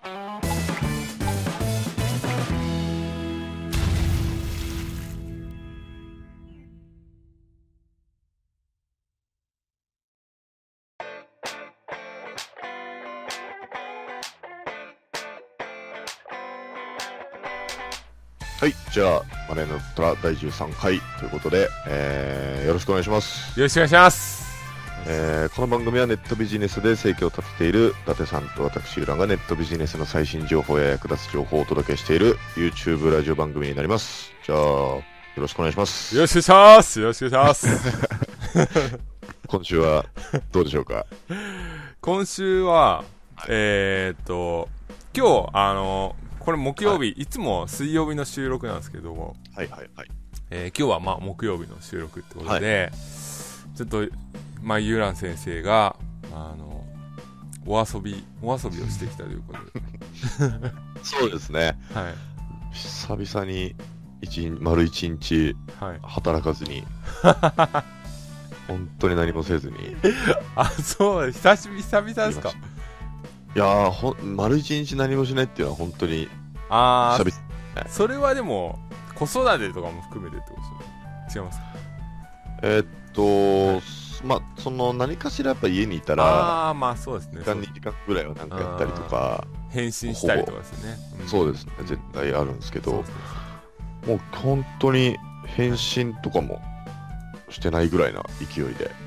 はい、じゃあマネーの虎第13回ということで、よろしくお願いします。 よろしくお願いします。 この番組はネットビジネスで生計を立てている伊達さんと私浦がネットビジネスの最新情報や役立つ情報をお届けしている YouTube ラジオ番組になります。じゃあよろしくお願いします。 よろしくお願いします。よろしくお願いします。 今週はどうでしょうか。 今週は、今日これ木曜日、はい、いつも水曜日の収録なんですけども、 はいはいはい。 今日はまあ木曜日の収録ってことで、はい、ちょっとまあユーラン先生がお遊びをしてきたということで、 そうですね。 はい。 久々に丸一日働かずに、はい、本当に何もせずに。 あ、そう久々ですか。 いや丸一日何もしないっていうのは本当に久々、ね。 それはでも子育てとかも含めてってことですよね。違いますか。 はい、まあその何かしらやっぱ家にいたら、 まあそうですね。 1時間2時間ぐらいはなんかやったりとか、 返信したりとかですね。 そうですね、絶対あるんですけど、もう本当に返信とかもしてないぐらいな勢いで、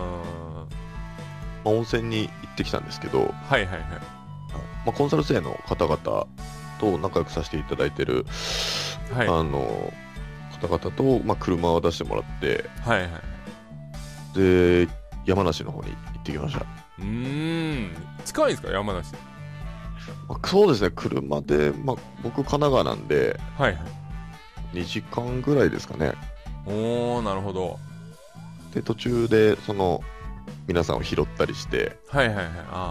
温泉に行ってきたんですけど、 はいはいはい。 まあ、コンサル生の方々と仲良くさせていただいてる、はい、方々と、まあ、車を出してもらって、はいはい、で山梨の方に行ってきました。 近いんですか山梨。 まあ、そうですね、車で、まあ、僕神奈川なんで、 はいはい、 2時間ぐらいですかね。 おー、なるほど。 で途中でその皆さんを拾ったりして、 はいはいはい、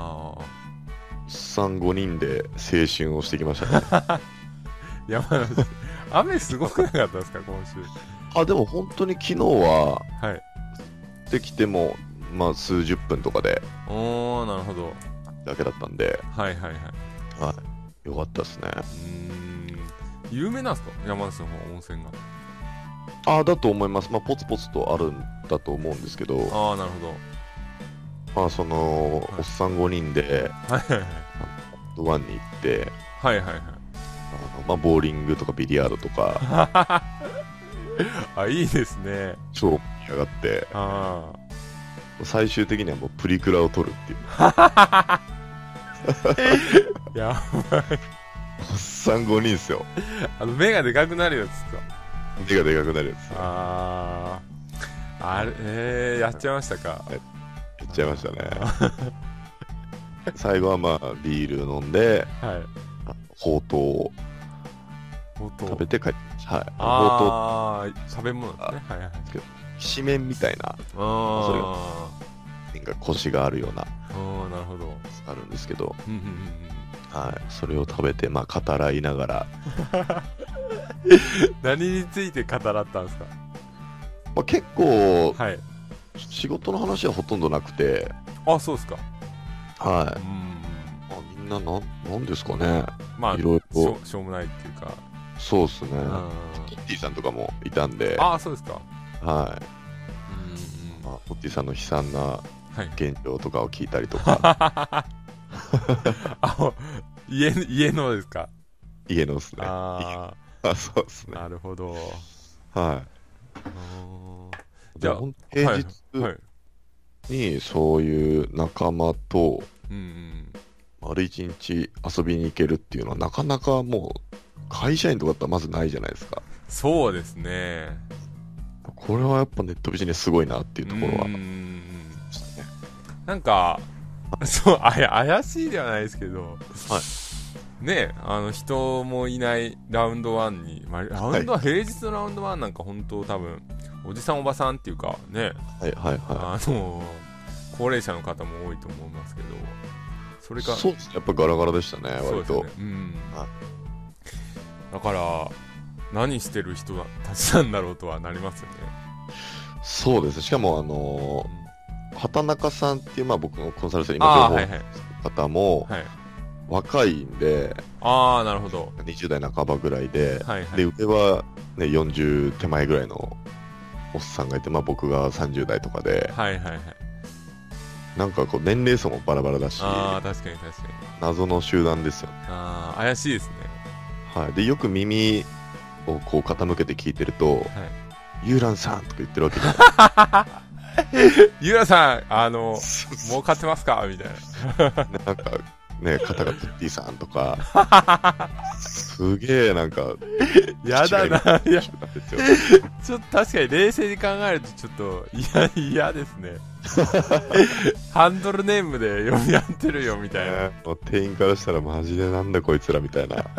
5人で青春をしてきましたね。 山梨雨すごくなかったですか今週。 でも本当に昨日は、 はい、 できてもまあ数十分とかで、 なるほどだけだったんで、 はいはいはい、 はい、よかったですね。 有名なんですか山梨の方温泉が。 だと思います。まあポツポツとあるんだと思うんですけど、 なるほど。 まあその、はい、おっさん5人で、 はいはいはい、 ドワンに行って、 はいはいはい、 まあボーリングとかビリヤードとかいいですね。 超盛り上がって、最終的にはもうプリクラを撮るっていうやばい。 おっさん5人ですよ。 目がでかくなるやつですか。 目がでかくなるやつ。 あれ、やっちゃいましたか。 やっちゃいましたね。最後はまあビール飲んで、はい、ほうとうを食べて帰ってきました。 はい、ほうとう食べ物ですね。はいはい。 きしめんみたいな、それがなんかコシがあるような、 なるほど、 あるんですけど、はい、それを食べてまあ語らいながら何について語らったんですか。 まあ、結構、 はい、 仕事の話はほとんどなくて。 そうですか。 はい。みんななんですかね。 まあいろいろしょうもないっていうか。 そうですね。ポッティさんとかもいたんで。 そうですか。 はい。まあ、ポッティさんの悲惨な現状とかを聞いたりとか。 家のですか。 家のですね。そうですね。 なるほど。 はい。じゃあ平日にそういう仲間と丸一日遊びに行けるっていうのはなかなかもう会社員とかだったらまずないじゃないですか。 そうですね。 これはやっぱネットビジネスすごいなっていうところは、 なんかそう怪しいではないですけど、 はい、 ね、人もいないラウンド1に、まあ、ラウンド1、平日のラウンド1なんか本当多分おじさんおばさんっていうかね、 はいはいはい、 高齢者の方も多いと思いますけど、それかそうですね、やっぱガラガラでしたね、割と。 だから何してる人たちなんだろうとはなりますよね。 そうです。しかも畑中さんっていう、まあ、僕のコンサルティングの情報の方も、 若いんで、 ああ、なるほど。 20代半ばぐらいで、 はいはい、 で、上は、ね、40手前ぐらいのおっさんがいて、まあ僕が30代とかで、 はいはいはい。 なんかこう年齢層もバラバラだし、 ああ、確かに確かに。 謎の集団ですよね。 ああ、怪しいですね。 はい。で、よく耳をこう傾けて聞いてると、はい、ユーランさんとか言ってるわけじゃない。 ユーランさん、儲かってますかみたいな。 なんか、ね、肩がプッティさんとか、すげえなんか、 やだな、いや、ちょっと確かに冷静に考えるとちょっと嫌ですね。ハンドルネームで読み合ってるよみたいな。 もう店員からしたらマジでなんだこいつらみたいな。 あ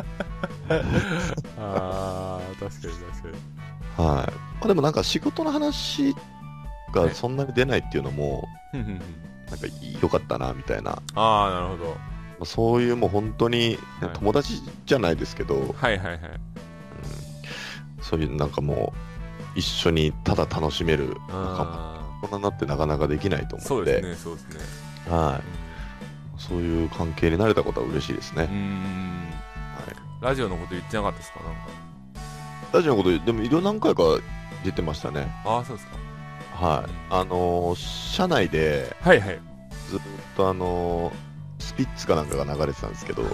あ、確かに確かに。 はい。まあでもなんか仕事の話がそんなに出ないっていうのも、なんか良かったなみたいな。 ああ、なるほど。 そういうもう本当に友達じゃないですけど、 はいはいはい、 そういうなんかもう一緒にただ楽しめる仲間、こんなになってなかなかできないと思って、 そうですねそうですね、 はい、そういう関係になれたことは嬉しいですね。はい、 ラジオのこと言ってなかったですか？なんかラジオのことでもいろ何回か出てましたね。 ああ、そうですか。 はい、社内で、 はいはい、 ずっとスピッツかなんかが流れてたんですけど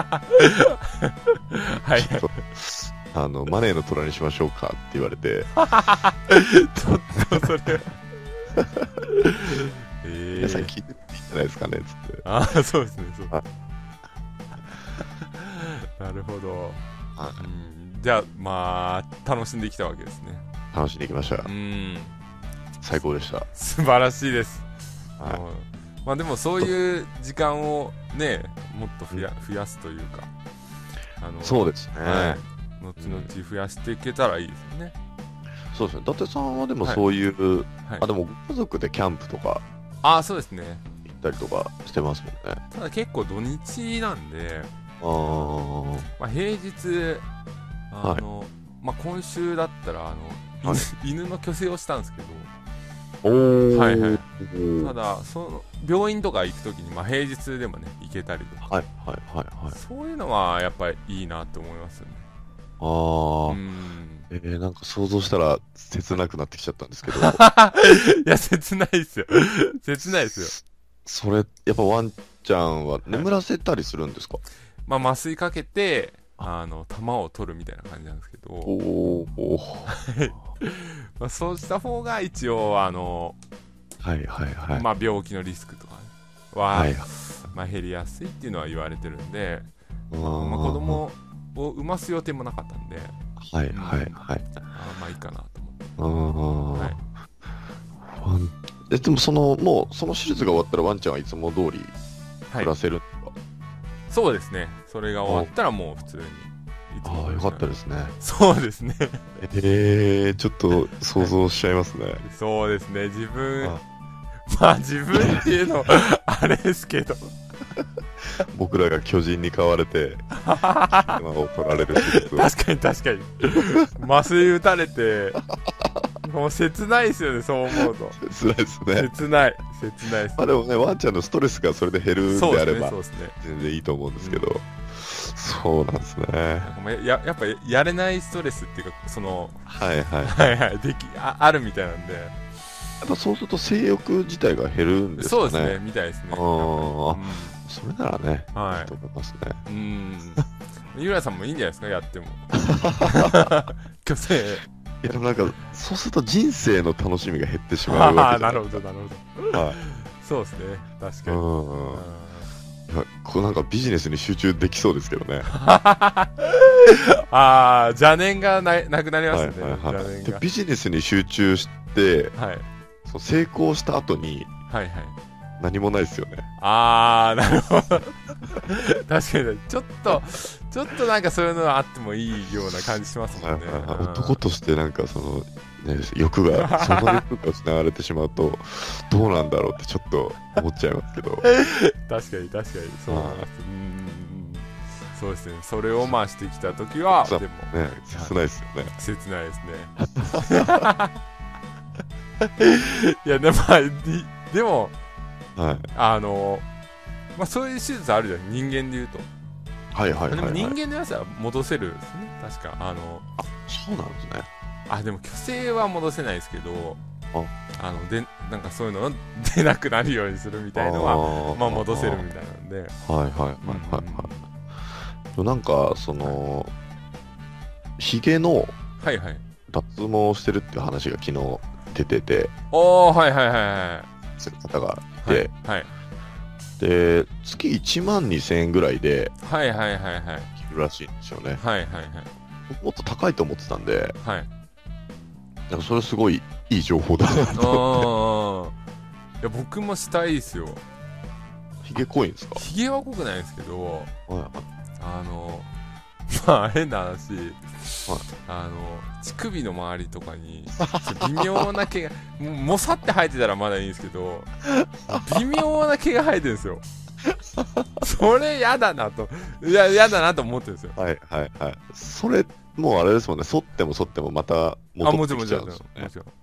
はいはいマネーの虎にしましょうかって言われてちょっとそれは皆さん聞いてっていいんじゃないですかねつって。 ああ、そうですね、そうなるほど、じゃあまあ楽しんできたわけですね。 楽しんできました。最高でした。 素晴らしいです。 はい、 まあでもそういう時間をね、もっと増やすというか、 そうですね、 はい、後々増やしていけたらいいですよね。 そうですね。伊達さんはでもそういう、はい、でもご家族でキャンプとか、 ああ、そうですね、 行ったりとかしてますもんね。 ただ結構土日なんで、まあ、平日まあ、今週だったら犬の去勢をしたんですけど、はいはい、ただその病院とか行くときに、まあ、平日でもね行けたりとか、そういうのはやっぱりいいなって思いますよね。なんか想像したら切なくなってきちゃったんですけどいや、切ないですよ切ないですよ。 それやっぱワンちゃんは眠らせたりするんですか？ まあ、麻酔かけて弾を取るみたいな感じなんですけど、まあ、そうした方が一応まあ、病気のリスクとかは、まあ、減りやすいっていうのは言われてるんで、まあ、子供を産ます予定もなかったんで、まあいいかなと思って。 でももうその手術が終わったらワンちゃんはいつも通り暮らせるんですか？ そうですね、それが終わったらもう普通に。 ああ、よかったですね。 そうですねちょっと想像しちゃいますねそうですね、自分っていうのあれですけど僕らが巨人に飼われて馬を取られる手術を確かに麻酔打たれてもう切ないですよね、そう思うと。 切ないですね。 切ないです。 まあでもね、ワンちゃんのストレスがそれで減るんであればそうですね、 全然いいと思うんですけど、そうなんですね。 やっぱやれないストレスっていうか、そのあるみたいなんで、やっぱそうすると性欲自体が減るんですかね。 そうですね、みたいですね。 それならね、いいと思いますね。 ゆらさんもいいんじゃないですか、やっても虚勢。 いやでもなんかそうすると人生の楽しみが減ってしまうわけじゃないですか。 なるほど、そうですね、確かに。 こうなんかビジネスに集中できそうですけどね邪念がなくなりますね。 でビジネスに集中して、成功した後に何もないですよね。 なるほど確かにちょっとなんかそういうのがあってもいいような感じしますもんね。 男としてなんかその、ね、欲がその欲が失われてしまうとどうなんだろうってちょっと思っちゃいますけど確かにそうなんです。そうですね、それをしてきた時はでもね、切ないですよね。 切ないですねいやでもまあそういう手術あるじゃん、人間で言うと。 はいはいはい、はい、 でも人間のやつは戻せるですね、確か。 そうなんですね。 でも虚勢は戻せないですけど、なんかそういうの出なくなるようにするみたいのはまあ戻せるみたいなんで。 はいはいはいはいはい。なんかそのヒゲの脱毛してるっていう話が昨日出てて、 はいはいはいはい。 する方がいて、 はい、 で月1万2000円ぐらいではいはいはいはい切るらしいんですよね。 はいはいはい。 もっと高いと思ってたんで、 はい。 なんかそれすごいいい情報だなと思って。 いや僕もしたいですよ。 ヒゲ濃いんですか？ ヒゲは濃くないですけど、 はいまあ変な話、乳首の周りとかに微妙な毛がもさって生えてたらまだいいんですけど、微妙な毛が生えてるんですよ。それやだなと、やだなと思ってるんですよ。 はいはいはい。それもうあれですもんね、剃っても剃ってもまた戻ってきちゃうんですよね。 もちろん。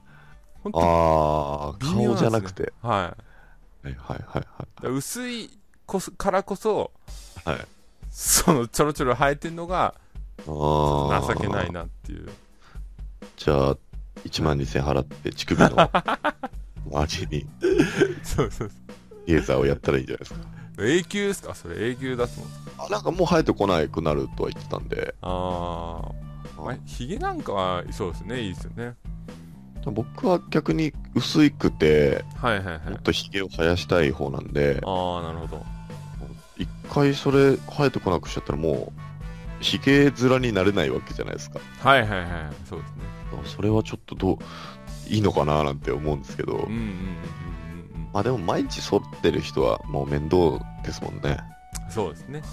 顔じゃなくて、 はいはいはいはいはい。 薄いからこそ、 はい、 そのちょろちょろ生えてるのが情けないなっていう。 じゃあ1万2000円払って乳首の味にそうレーザーをやったらいいんじゃないですか。 永久ですか？それ永久だと思う。 なんかもう生えてこなくなるとは言ってたんで。 ヒゲなんかはそうですね、いいですよね。 僕は逆に薄くて、もっとヒゲを生やしたい方なんで。 なるほど。 一回それ生えてこなくしちゃったらもうヒゲ面になれないわけじゃないですか。 はいはいはい、そうですね。 それはちょっといいのかななんて思うんですけど、まあでも毎日剃ってる人はもう面倒ですもんね。 そうですね。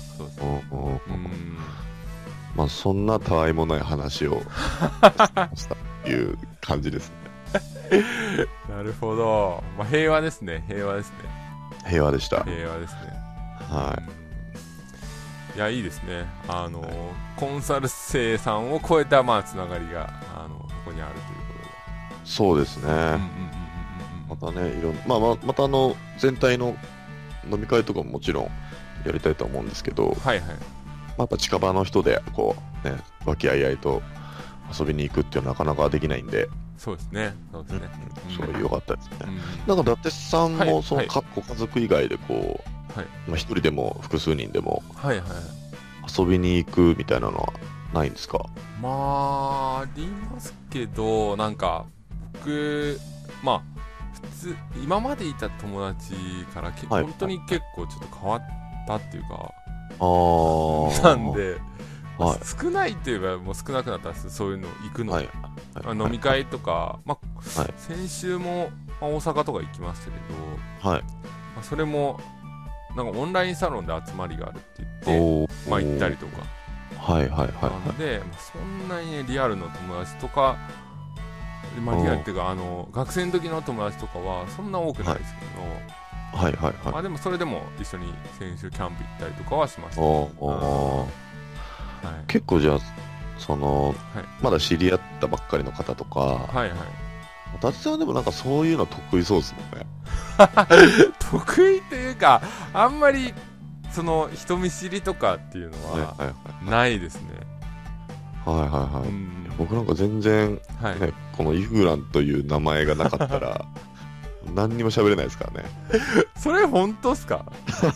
まあそんなたわいもない話をしたという感じですね。 なるほど。まあ平和ですね。 平和でした。 平和ですね。 はい。 いや、いいですね。コンサル生さんを超えたつながりがここにあるということで。 そうですね。またね、いろんな、また全体の飲み会とかももちろんやりたいと思うんですけど、やっぱ近場の人でこうね、和気あいあいと遊びに行くっていうのはなかなかできないんで。 そうですね。 それ良かったですね。なんか伊達さんもそのご家族以外でこう、一人でも複数人でも遊びに行くみたいなのはないんですか？ ありますけど、なんか僕普通今までいた友達から本当に結構ちょっと変わったっていうか、なんで、少ないって言えばもう少なくなったんです。そういうの行くの、飲み会とか、先週も大阪とか行きましたけど、それもなんかオンラインサロンで集まりがあるって言って行ったりとか、なのでそんなにリアルの友達とか、リアルっていうか学生の時の友達とかはそんな多くないですけど、でもそれでも一緒に先週キャンプ行ったりとかはしました。 結構じゃあまだ知り合ったばっかりの方とか、伊達さんでもなんかそういうの得意そうですもんね。 得意というか、あんまりその人見知りとかっていうのはないですね。僕なんか全然、このイフランという名前がなかったら何にも喋れないですからね。それ本当っすか？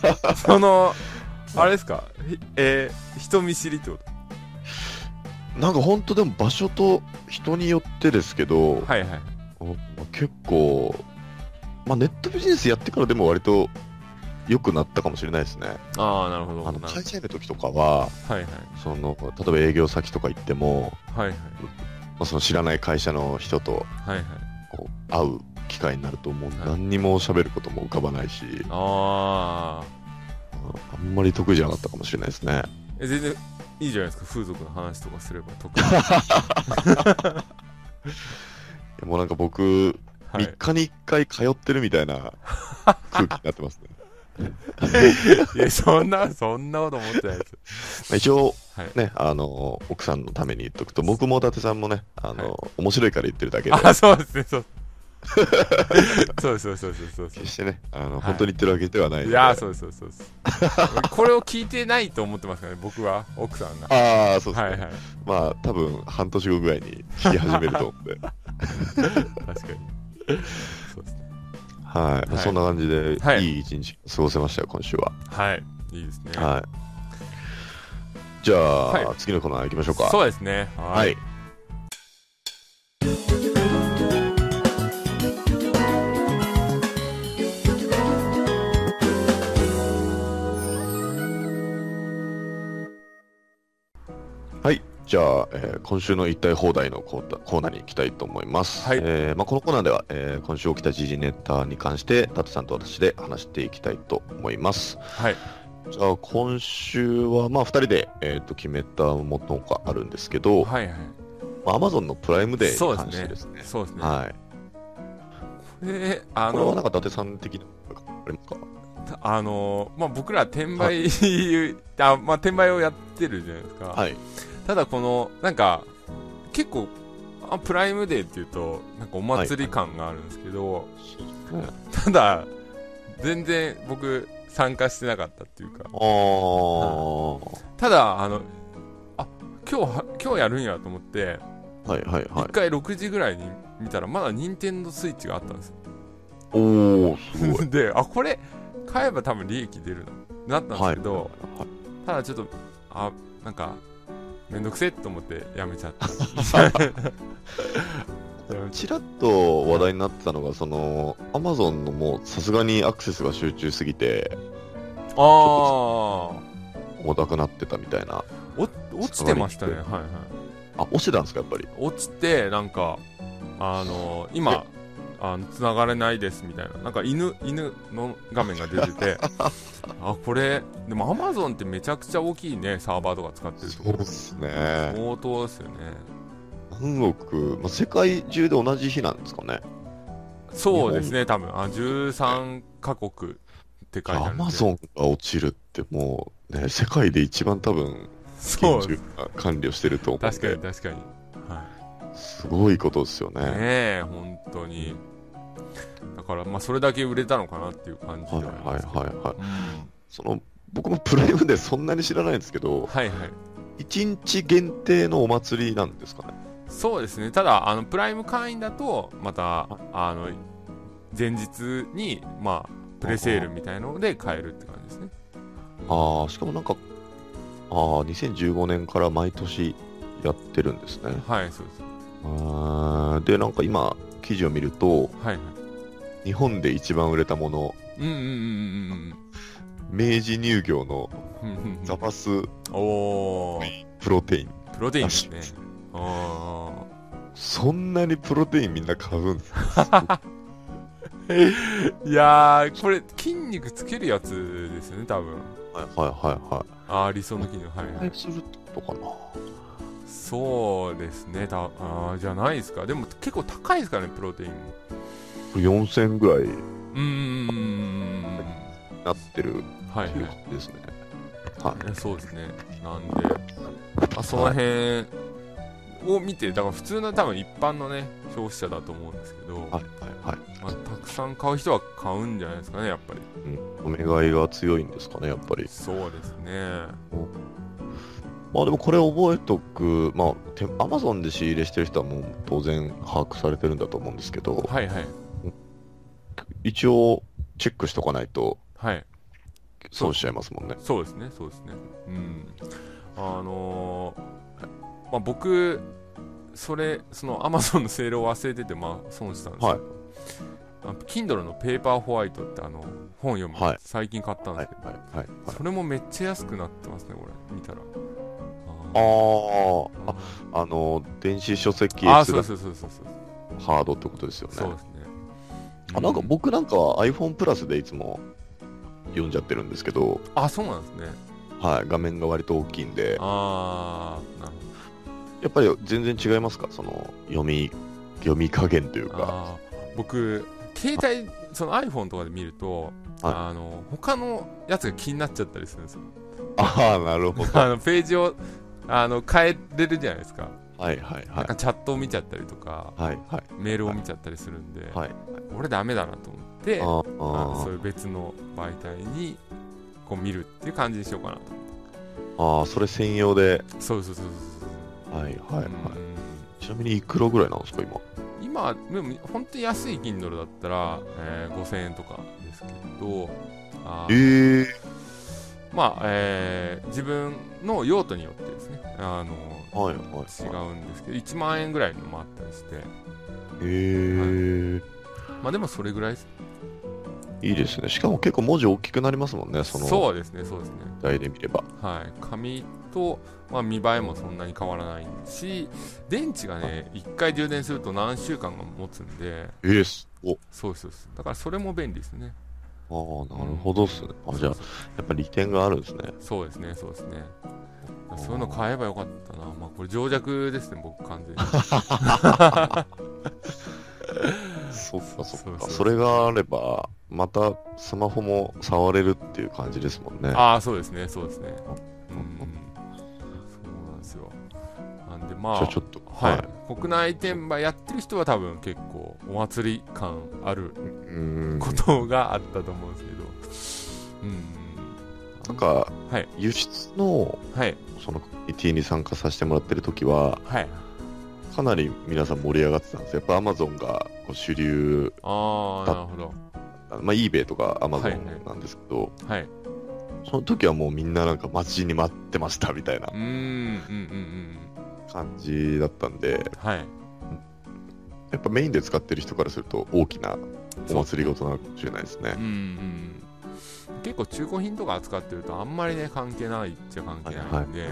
あれですか？人見知りってこと？ なんか本当でも場所と人によってですけど、結構、ネットビジネスやってからでも割と良くなったかもしれないですね。 なるほど。 会社員の時とかは、例えば営業先とか行っても、その知らない会社の人とこう会う機会になるともう何にも喋ることも浮かばないし、あんまり得意じゃなかったかもしれないですね。 全然いいじゃないですか、風俗の話とかすれば得意。もうなんか僕、3日に1回通ってるみたいな空気になってますね。 いや、そんなこと思ってないです。 一応、ね、奥さんのために言っとくと、僕も伊達さんもね、面白いから言ってるだけで。 そうですね、そう。 そう決してね、本当に言ってるわけではないので。 いや、そうこれを聞いてないと思ってますからね、僕は、奥さんが。 ああ、そうですね。まあ、多分、半年後ぐらいに聞き始めると思うんで。 確かに。そうですね。 はい。そんな感じで、いい一日過ごせましたよ、今週は。 はい。いいですね。 はい。じゃあ、次のコーナー行きましょうか。 そうですね。はい。 はい。じゃあ、今週の言いたい放題のコーナーに行きたいと思います。はい。このコーナーでは、今週起きた時事ネタに関して、タトさんと私で話していきたいと思います。 はい。 じゃあ、今週は、2人で、決めたものがあるんですけど、 はいはい。 Amazon のプライムデーに関してですね。 そうですね。 はい。 これはなんか伊達さん的なありますか？ 僕ら転売、転売をやってるじゃないですか。 はい。 ただなんか、結構、プライムデーっていうと、なんかお祭り感があるんですけど、ただ、全然僕、参加してなかったっていうか。ただ、今日やるんやと思って、一回6時ぐらいに見たら、まだ任天堂スイッチがあったんですよ。 おー、すごい。 で、これ、買えば多分利益出るなったんですけど、ただちょっと、なんか、めんどくせえと思ってやめちゃった。 ちらっと話題になってたのが、Amazon のもうさすがにアクセスが集中すぎて、重たくなってたみたいな。 落ちてましたね。はいはい。 落ちてたんですか、やっぱり。 落ちて、なんか、今、繋がれないですみたいな、なんか犬の画面が出ててこれでも Amazon ってめちゃくちゃ大きいね、サーバーとか使ってるところ。 そうですね。 相当ですよね。 何億、世界中で同じ日なんですかね。 そうですね、多分13カ国って書いてあるんで。 Amazon が落ちるってもうね、世界で一番多分厳重な管理をしてると思うんで。 確かに、はい、すごいことですよね。 ねえ、本当に。だからそれだけ売れたのかなっていう感じでは僕もプライムでそんなに知らないんですけど、1日限定のお祭りなんですかね。 そうですね。ただプライム会員だとまた前日にプレセールみたいので買えるって感じですね。 しかもなんか2015年から毎年やってるんですね。 はい、そうです。 で、なんか今記事を見ると、日本で一番売れたもの、明治乳業のザバスプロテイン。 プロテインですね。 そんなにプロテインみんな買うんですか？ いやー、これ筋肉つけるやつですよね、多分。理想の筋肉。 するってことかな。 そうですね。じゃないですか。でも結構高いですからね、プロテインも。 4000円ぐらいなってるですね。 そうですね。なんで、その辺を見て、だから普通の多分一般のね、消費者だと思うんですけど、たくさん買う人は買うんじゃないですかね、やっぱり。 お願いが強いんですかね、やっぱり。 そうですね。 でもこれ覚えとく、Amazon で仕入れしてる人はもう当然把握されてるんだと思うんですけど、一応チェックしとかないと損しちゃいますもんね。 そうですね。僕その Amazon のセールを忘れてて損したんですけど、Kindle のペーパーホワイトって本読む、最近買ったんですけど、それもめっちゃ安くなってますね、これ見たら。 電子書籍ハードってことですよね。 そうですね。 なんか僕なんかは iPhone プラスでいつも読んじゃってるんですけど。 そうなんですね。 画面が割と大きいんで。 なるほど。 やっぱり全然違いますか、その読み加減というか。 僕携帯iPhone とかで見ると、他のやつが気になっちゃったりするんですよ。 なるほど。 ページを変えれるじゃないですか。 はいはいはい。 なんかチャットを見ちゃったりとか、 はいはい、 メールを見ちゃったりするんで、 はい、 俺ダメだなと思って、そういう別の媒体にこう見るっていう感じにしようかなと思って。ああ、それ専用で。 そう。 はいはいはい。ちなみにいくらぐらいなんですか今でも本当に安い Kindle だったら、5000円とかですけど、まあ、自分の用途によってですね、違うんですけど、1万円ぐらいのもあったりして、まあでもそれぐらいです。 いいですね。しかも結構文字大きくなりますもんね、 そうですね。 台で見れば。 はい。紙と、まあ、見栄えもそんなに変わらないし、電池がね、1回充電すると何週間が持つんで、そうです。だからそれも便利ですね。 ああ、なるほどっすね。じゃあ、やっぱり利点があるんですね。 そうですね。そういうの買えばよかったな。まあ、これ情弱ですね、僕完全に。 そっか。それがあれば、またスマホも触れるっていう感じですもんね。 そうですね。そうなんですよ。なんでまあ、 ちょっと、 国内転売やってる人は多分結構お祭り感あることがあったと思うんですけど、 なんか、輸出の、そのコミュニティに参加させてもらってる時は、かなり皆さん盛り上がってたんですよ。やっぱアマゾンが主流だった。 なるほど。 まあ eBay とかアマゾンなんですけど、その時はもうみんななんか待ちに待ってましたみたいな感じだったんで、やっぱメインで使ってる人からすると大きなお祭りごとなのかもしれないですね。 結構中古品とか扱ってるとあんまりね関係ないっちゃ関係ないんで、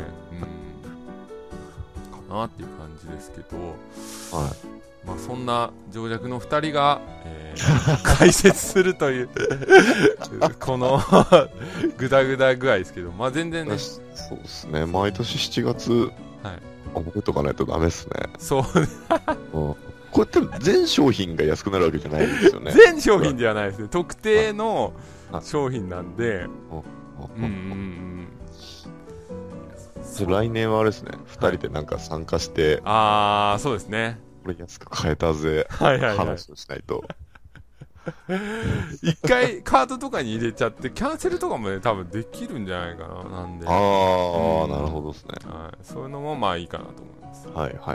かなっていう感じですけど、まあそんな情弱の2人が、解説するというこのグダグダ具合ですけど、まあ全然ね、 そうですね、毎年7月覚えとかないとダメですね。 そうこうやって全商品が安くなるわけじゃないんですよね。 全商品ではないですね。特定の商品なんで、 来年はあれですね、2人でなんか参加して、 そうですね。 これ安く買えたぜ、話をしないと。 一回カードとかに入れちゃってキャンセルとかもね多分できるんじゃないかな。なんで、 なるほどですね。 そういうのもまあいいかなと思います。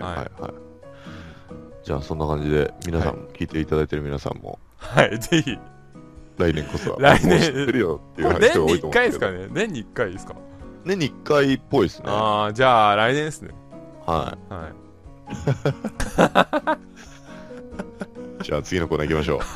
じゃあそんな感じで皆さん、聞いていただいてる皆さんも、 ぜひ来年こそは来年知ってるよっていう話が多いと思うんですけど。年に1回ですかね。年に1回ですか。 年に1回っぽいですね。 じゃあ来年ですね。 じゃあ次のコーナー行きましょう。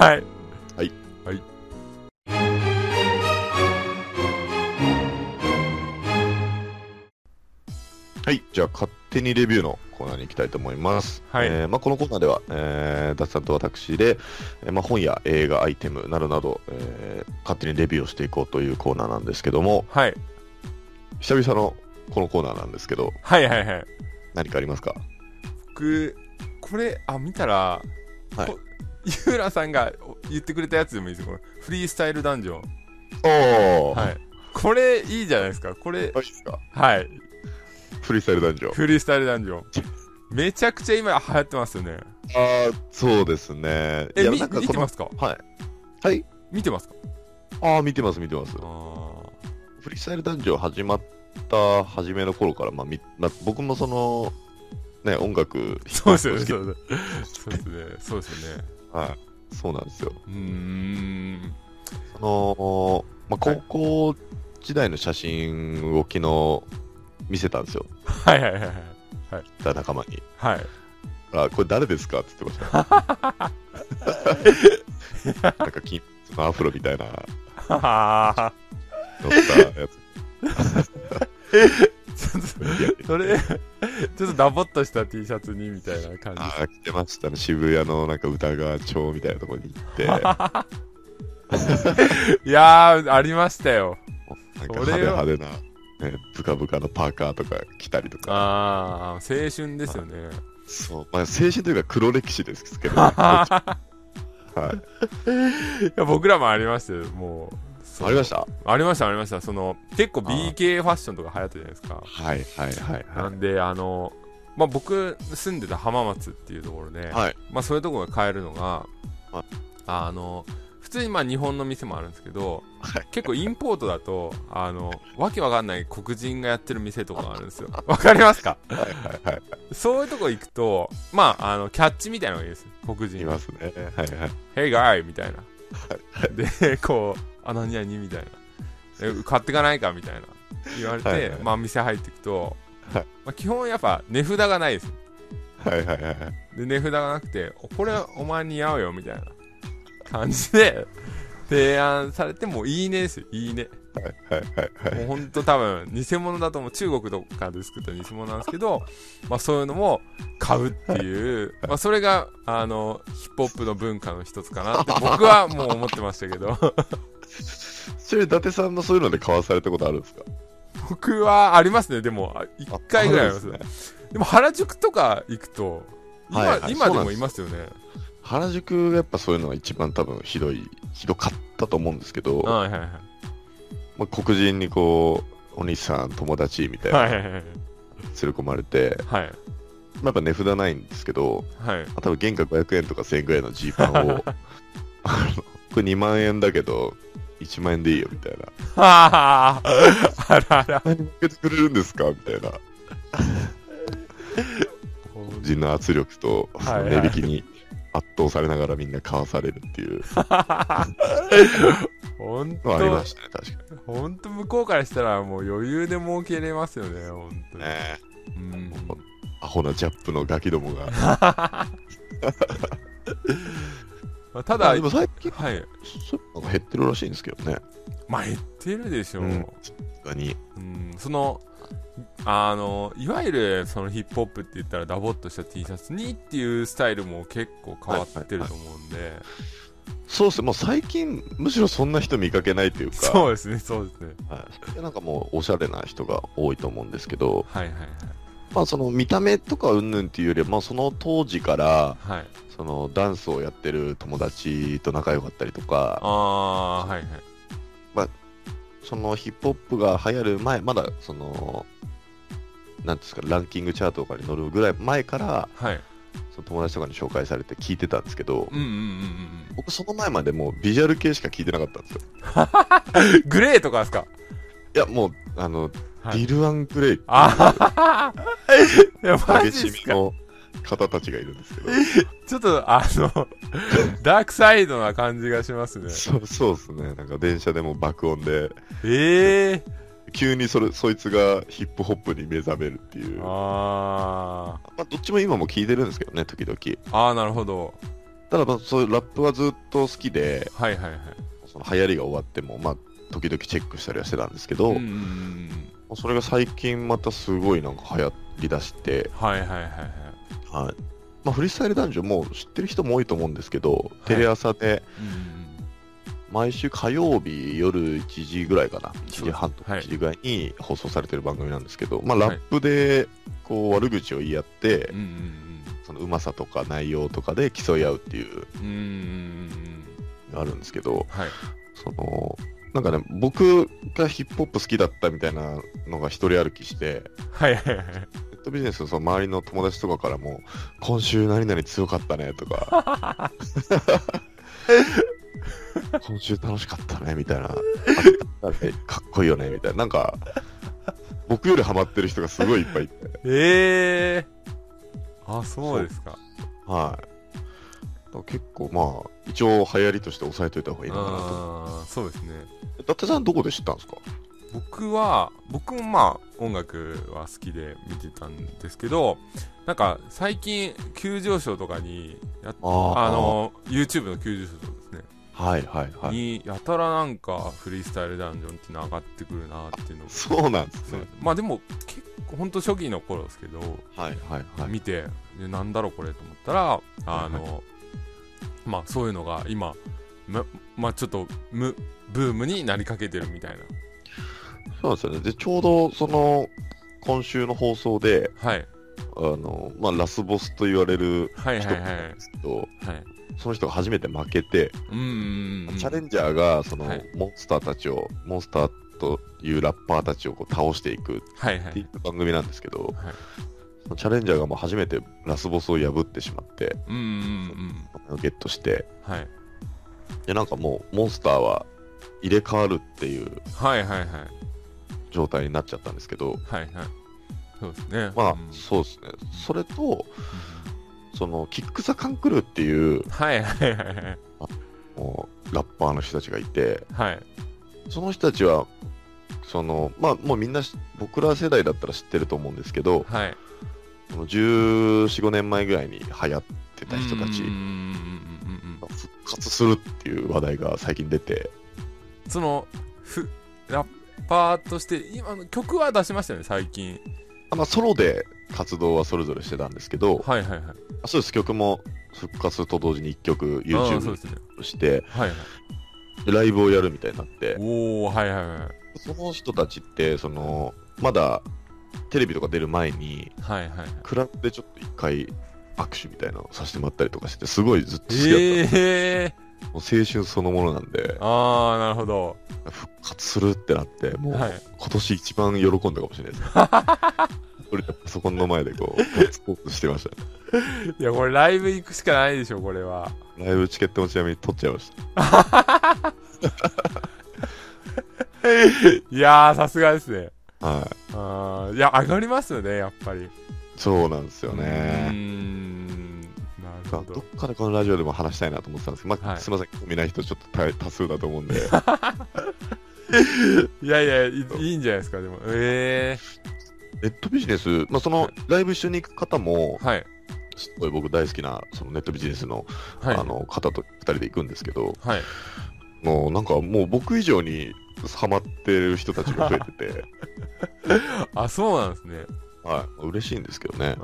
じゃあ勝手にレビューのコーナーに行きたいと思います。このコーナーでは、ダッサンと私で、本や映画、アイテムなどなど、勝手にレビューをしていこうというコーナーなんですけども、久々のこのコーナーなんですけど、何かありますか？ 僕これ見たら、井浦さんが言ってくれたやつでもいいですよ。これフリースタイルダンジョン。これいいじゃないですか。これいいですか？ フリースタイルダンジョン。 フリースタイルダンジョン。めちゃくちゃ今流行ってますよね。 そうですね。 見てますか？見てますか？ 見てます。フリースタイルダンジョン始まった初めの頃から、僕もそのね、音楽そうですよね。 そうなんですよ。高校時代の写真を昨日見せたんですよ。仲間に。これ誰ですかって言ってました。なんか金髪のアフロみたいな乗ったやつ。 それちょっとダボっとした T シャツにみたいな感じ。 着てましたね。渋谷のなんか歌川町みたいなところに行っていやーありましたよ。 なんか派手な、ブカブカのパーカーとか着たりとか。 青春ですよね。 そう、青春というか黒歴史ですけど、ね、 いや僕らもありましたよ。もうありました。 その結構 BK ファッションとか流行ったじゃないですか。 はい。 なんでまあ、僕住んでた浜松っていうところで、はい、まあ、そういうところが買えるのが、はい、普通にまあ日本の店もあるんですけど、はい、結構インポートだとわけわかんない黒人がやってる店とかがあるんですよ。わかりますか？はいはいはい、そういうとこ行くと、まあキャッチみたいなのがいいです。黒人いますね。はいはい。 Hey guy みたいな。でこう何々みたいな。買ってかないかみたいな言われて、はいはい、まあ店入っていくと、はい、まあ、基本やっぱ値札がないです。はいはいはい。で値札がなくて、これお前似合うよみたいな感じで提案されて、もういいねですよ、いいね。はいはいはい、もうほんと多分偽物だと思う。中国とかで作った偽物なんですけど、まあそういうのも買うっていう、まあそれがヒップホップの文化の一つかなって僕はもう思ってましたけど。 それ伊達さんのそういうので買わされたことあるんですか？ 僕はありますね。でも1回ぐらいありますね。でも原宿とか行くと今でもいますよね。 原宿がやっぱそういうのが一番多分ひどかったと思うんですけど、はいはいはい、まあ、黒人にこうお兄さん友達みたいな、はいはいはい、連れ込まれて、はい、まあ、やっぱ値札ないんですけど、はい、多分原価500円とか1000円ぐらいのジーパンをこれ2万円だけど1万円でいいよみたいな。あらら。何負けてくれるんですかみたいな。黒人の圧力と値引きに圧倒されながらみんな買わされるっていう。 本当ありましたね、確かに。 本当向こうからしたらもう余裕で儲けれますよね、本当に。ね、 うん、アホなジャップのガキどもが。 まあ、ただ、 でも最近、はい、なんか減ってるらしいんですけどね。 まあ減ってるでしょう。うん、いわゆるそのヒップホップって言ったらダボっとした T シャツにっていうスタイルも結構変わってると思うんで、はいはいはい、 そうですね。もう最近むしろそんな人見かけないというか、 そうですねそうですね、 はい、なんかもうおしゃれな人が多いと思うんですけど、はいはいはい、まあその見た目とかうんぬんっていうよりは、まあ、その当時から、はい、そのダンスをやってる友達と仲良かったりとか、はいはい、まあ、そのヒップホップが流行る前、まだそのなんですか、ランキングチャートとかに載るぐらい前から、はい、その友達とかに紹介されて聞いてたんですけど、うんうんうんうん、僕その前までもうビジュアル系しか聞いてなかったんですよ。グレーとかですか？ いやもうはい、ディル・アン・グレイっていう激しみの方たちがいるんですけど、 ちょっとダークサイドな感じがしますね。 そうですね。なんか電車でも爆音で、急にそいつがヒップホップに目覚めるっていう。まあ、どっちも今も聞いてるんですけどね、時々。 なるほど。 ただそういうラップはずっと好きで、はいはいはい、その流行りが終わっても、まあ時々チェックしたりはしてたんですけど、それが最近またすごいなんか流行りだして、はいはいはいはい。はい。まあフリースタイルダンジョンも知ってる人も多いと思うんですけど、はい、テレ朝で、毎週火曜日夜1時ぐらいかな、1時半とか1時ぐらいに放送されてる番組なんですけど、まあラップでこう悪口を言い合って、そのうまさとか内容とかで競い合うっていうあるんですけど、はい、そのなんかね、僕がヒップホップ好きだったみたいなのが一人歩きして、はいはいはい、ネットビジネスのその周りの友達とかからも、今週何々強かったねとか、今週楽しかったねみたいな、かっこいいよねみたいな、なんか僕よりハマってる人がすごいいっぱいいて。 そうですか。 はい。結構まあ一応流行りとして押さえといた方がいいのかなと。 そうですね。 伊達さんどこで知ったんですか？ 僕もまあ音楽は好きで見てたんですけど、なんか最近急上昇とかにYouTube の急上昇ですね。はいはいはい。にやたらなんかフリースタイルダンジョンっていうの上がってくるなっていうの。 そうなんですね。 まあでも結構本当初期の頃ですけど、はいはいはい。見てなんだろうこれと思ったらまあそういうのが今まあちょっとブームになりかけてるみたいな。 そうなんですよね。でちょうどその今週の放送で、はい、まあラスボスと言われる人なんですけど、はい、その人が初めて負けて、チャレンジャーがその、はい、モンスターというラッパーたちをこう倒していくっていう番組なんですけど、はいはい、 チャレンジャーがもう初めてラスボスを破ってしまって、ゲットして、 はい。 で、なんかもう、モンスターは入れ替わるっていう、状態になっちゃったんですけど、 はいはい。そうですね。 まあ、そうですね。それと、その、キック・ザ・カンクルーっていう、 はいはいはいはい。 もうラッパーの人たちがいて、 はい。 その人たちは、その、まあ、もうみんな、僕ら世代だったら知ってると思うんですけど、 はい。 その14、5年前ぐらいに流行ってた人たちが復活するっていう話題が最近出て、 その、ラッパーとして、今の曲は出しましたよね、最近。 まあ、ソロで活動はそれぞれしてたんですけど、 はいはいはい。 そうです、曲も復活と同時に1曲 YouTube として、 はいはい、 ライブをやるみたいになって、 はいはいはい。 その人たちって、その、まだテレビとか出る前に、 はいはいはい、 クラブでちょっと一回握手みたいなのをさせてもらったりとかして、すごいずっと好きだった。もう青春そのものなんで、 ああ、なるほど。 復活するってなって、もう、今年一番喜んだかもしれないですね。一人でパソコンの前でこう、ガッツポーズしてました、 ね。いや、これライブ行くしかないでしょ、これは。 ライブチケットもちなみに取っちゃいました。 いやー、さすがですね。 はい。 いや、上がりますよね、やっぱり。 そうなんですよね。 なるほど。 どっかでこのラジオでも話したいなと思ってたんですけど、まあ、すみません、見ない人ちょっと多数だと思うんで。 いやいや、いいんじゃないですか、でも。 ネットビジネス、まあ、その、ライブ一緒に行く方も、 はい。 すごい僕大好きな、そのネットビジネスの、はい、方と2人で行くんですけど、 はい。 もうなんかもう僕以上にハマってる人たちが増えてて。 あ、そうなんですね。 はい。嬉しいんですけどね。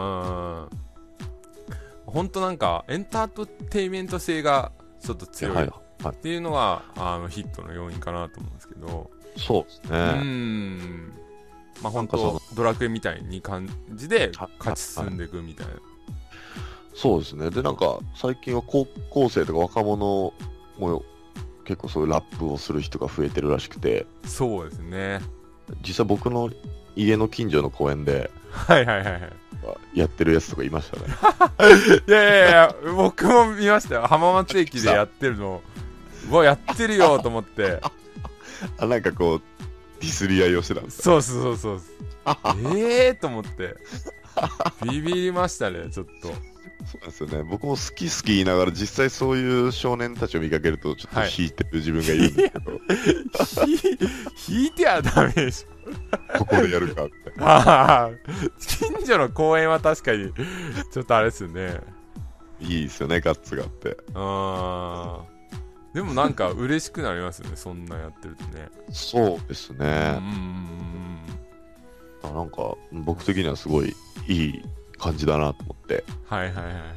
本当なんかエンターテインメント性がちょっと強いっていうのが、ヒットの要因かなと思うんですけど。 そうですね。 まあ本当ドラクエみたいに感じで勝ち進んでいくみたいな。 そうですね。でなんか最近は高校生とか若者も結構そういうラップをする人が増えてるらしくて。 そうですね。 実際僕の家の近所の公園で、 はいはいはいはい。 やってるやつとかいましたね。 いやいやいや、僕も見ましたよ。浜松駅でやってるの。うわ、やってるよと思って。 なんかこう、ディスり合いをしてたんですか。そうと思って。ビビりましたね、ちょっと。 そうなんですよね。僕も好き言いながら実際そういう少年たちを見かけるとちょっと引いてる自分がいるんですけど、 引いてはダメでしょ。ここでやるかって。 近所の公園は確かにちょっとあれですよね。 いいですよね、ガッツがあって。 でもなんか嬉しくなりますよね、そんなやってるとね。 そうですね。なんか僕的にはすごいいい感じだなと思って。 はいはいはいはい。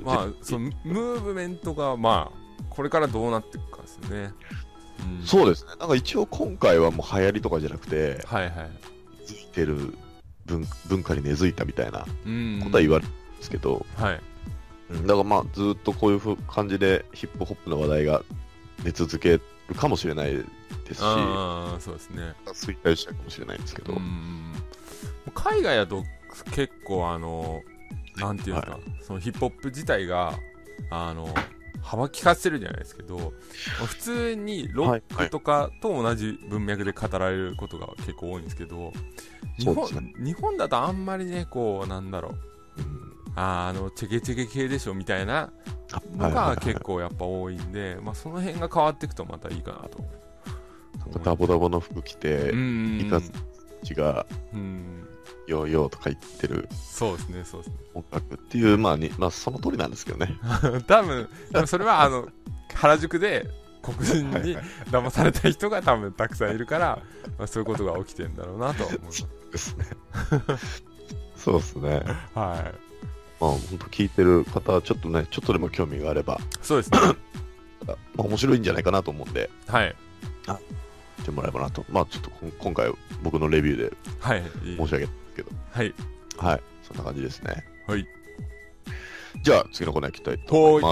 まあそのムーブメントがまあこれからどうなっていくかですね。 そうですね。なんか一応今回はもう流行りとかじゃなくて、 はいはい。 根付いてる文化に根付いたみたいなことは言われるんですけど、 はい。 だからまあずっとこういう感じでヒップホップの話題が出続けるかもしれないですし、 そうですね。 衰退しちゃうかもしれないんですけど、 海外だと結構なんていうんですか、そのヒップホップ自体が幅利かせるじゃないですけど、普通にロックとかと同じ文脈で語られることが結構多いんですけど、日本だとあんまりね、こうなんだろう、チェケチェケ系でしょみたいなのが結構やっぱ多いんで、まあその辺が変わっていくとまたいいかなと。 ダボダボの服着て、イカチがヨーヨーとか言ってる。 そうですね、そうですね。 音楽っていう、まあその通りなんですけどね。 多分、でもそれは原宿で黒人に騙された人が多分たくさんいるから、まあそういうことが起きてるんだろうなと思います。 そうですね。そうですね。 はい。 まあ本当聞いてる方はちょっとでも興味があれば。 そうですね。 まあ面白いんじゃないかなと思うんで。 はい。 してもらえばなと。まあちょっと今回僕のレビューで申し上げたけど。 はい。 はい。そんな感じですね。 はい。 じゃあ次のコーナー行きたいと思います。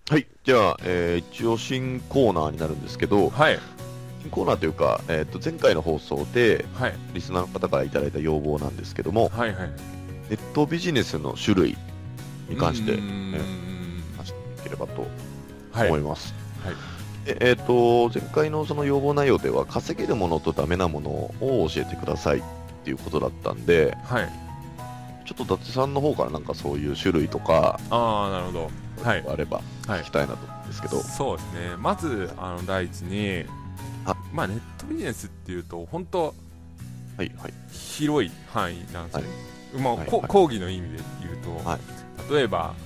はい、じゃあ、一応新コーナーになるんですけど、 はい、 新コーナーというか、前回の放送で、 はい、 リスナーの方からいただいた要望なんですけども、 はい、はい、 ネットビジネスの種類に関して、話していければと思います。 はい、 前回のその要望内容では、稼げるものとダメなものを教えてくださいっていうことだったんで、 はい、 ちょっと伊達さんの方からなんかそういう種類とか、 なるほど。はい、 あれば聞きたいなと思うんですけど、 そうですね。まず第一に、まあネットビジネスっていうと本当、 はいはい、 広い範囲なんですね。 はい、 まあ、 はい、 講義の意味で言うと、 はい、 例えば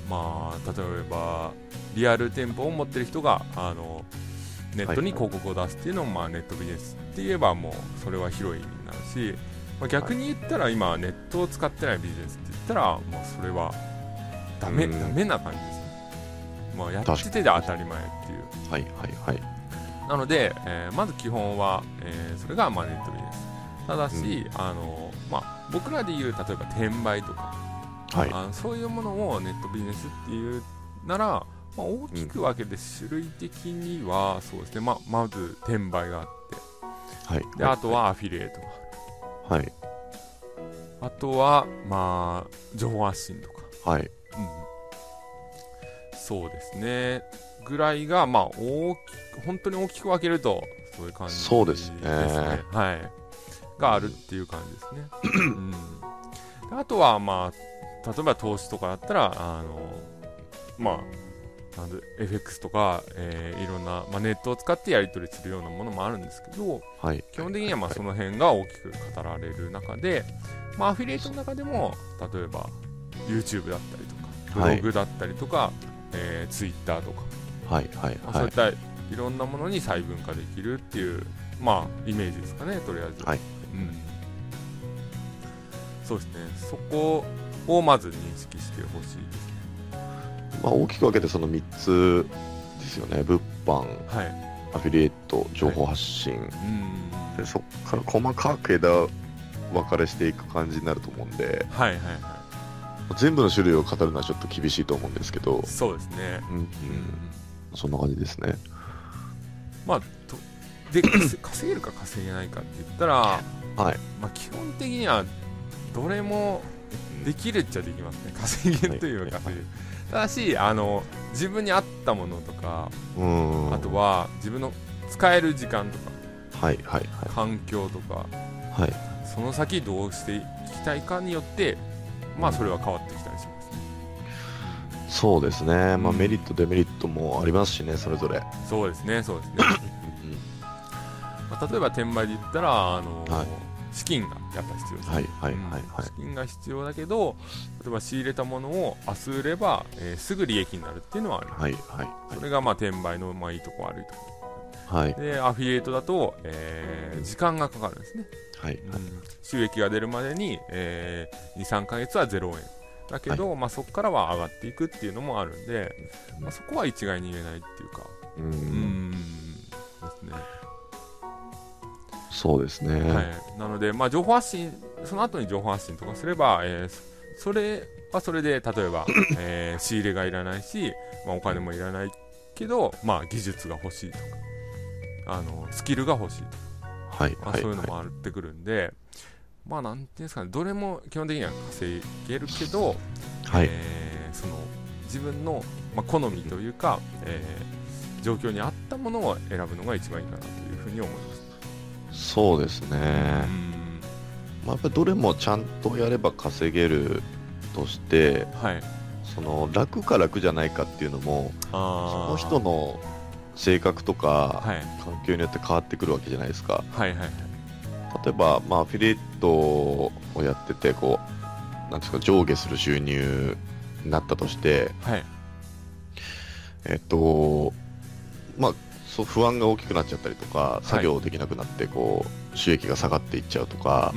リアル店舗を持ってる人がネットに広告を出すっていうのも、まあネットビジネスって言えばもうそれは広い意味になるし、まあ、逆に言ったら今ネットを使ってないビジネスって言ったらもうそれはダメな感じですね。まあ、やってて当たり前っていう。 はいはいはい。 なので、まず基本は、それがまあネットビジネス。ただし、まあ、僕らでいう例えば転売とか、はい、そういうものをネットビジネスっていうなら、まあ、大きく分けて種類的にはそうですね、まず転売があって、はい、であとはアフィリエイトがある、はい、あとは、まあ、情報発信とか、はい、そうですねぐらいが、まあ、本当に大きく分けるとそういう感じですね。 そうですね、 はい、があるっていう感じですね、あとは、まあ、例えば投資とかだったらまあFX とか、いろんな、まあ、ネットを使ってやり取りするようなものもあるんですけど、はい、基本的にはまあその辺が大きく語られる中で、まあ、アフィリエイトの中でも例えば YouTube だったりとかブログだったりとか、Twitter とか、はいはいはい、そういったいろんなものに細分化できるっていう、まあ、イメージですかね、とりあえず、はいそうですね、そこをまず認識してほしいですね。 まあ、大きく分けてその3つですよね。物販、はい、アフィリエイト、情報発信、はい、でそこから細かく枝分かれしていく感じになると思うんで、はいはいはい、全部の種類を語るのはちょっと厳しいと思うんですけど、 そうですね、 そんな感じですね。 まあ、で稼げるか稼げないかって言ったら、はいまあ、基本的にはどれもできるっちゃできますね。稼げるというか稼げる、ただし自分に合ったものとか、あとは自分の使える時間とか、はいはいはい、環境とか、はい、その先どうしていきたいかによって、まあ、それは変わってきたりしますね。 そうですね、まあ、メリットデメリットもありますしね、それぞれ。 そうですねそうですねまあ、例えば転売で言ったらはい資金がやっぱ必要です、ね、はいはいはいはい、資金が必要だけど、例えば仕入れたものを明日売れば、すぐ利益になるっていうのはあります、はいはいはい、それがまあ転売のまあいいとこ悪いところ、はい、でアフィリエイトだと、時間がかかるんですね、はいはい収益が出るまでに、2,3 ヶ月は0円だけど、はいまあ、そこからは上がっていくっていうのもあるんで、まあ、そこは一概に言えないっていうかですね。 そうですね、 はい、なので、まあ、情報発信その後に情報発信とかすれば、それはそれで例えば、仕入れがいらないし、まあ、お金もいらないけど、まあ、技術が欲しいとかスキルが欲しいとか、はいまあ、そういうのもあってくるんで、まあなんていうんですかね、どれも基本的には稼げるけど、はいその自分の、まあ、好みというか、状況に合ったものを選ぶのが一番いいかなというふうに思います。 そうですね、まあ、やっぱりどれもちゃんとやれば稼げるとして、はい、その楽か楽じゃないかっていうのもその人の性格とか環境によって変わってくるわけじゃないですか、はいはいはい、例えば、まあ、アフィリエイトをやっててこうなんですか上下する収入になったとして、はい、まあ不安が大きくなっちゃったりとか作業できなくなってこう収益が下がっていっちゃうとか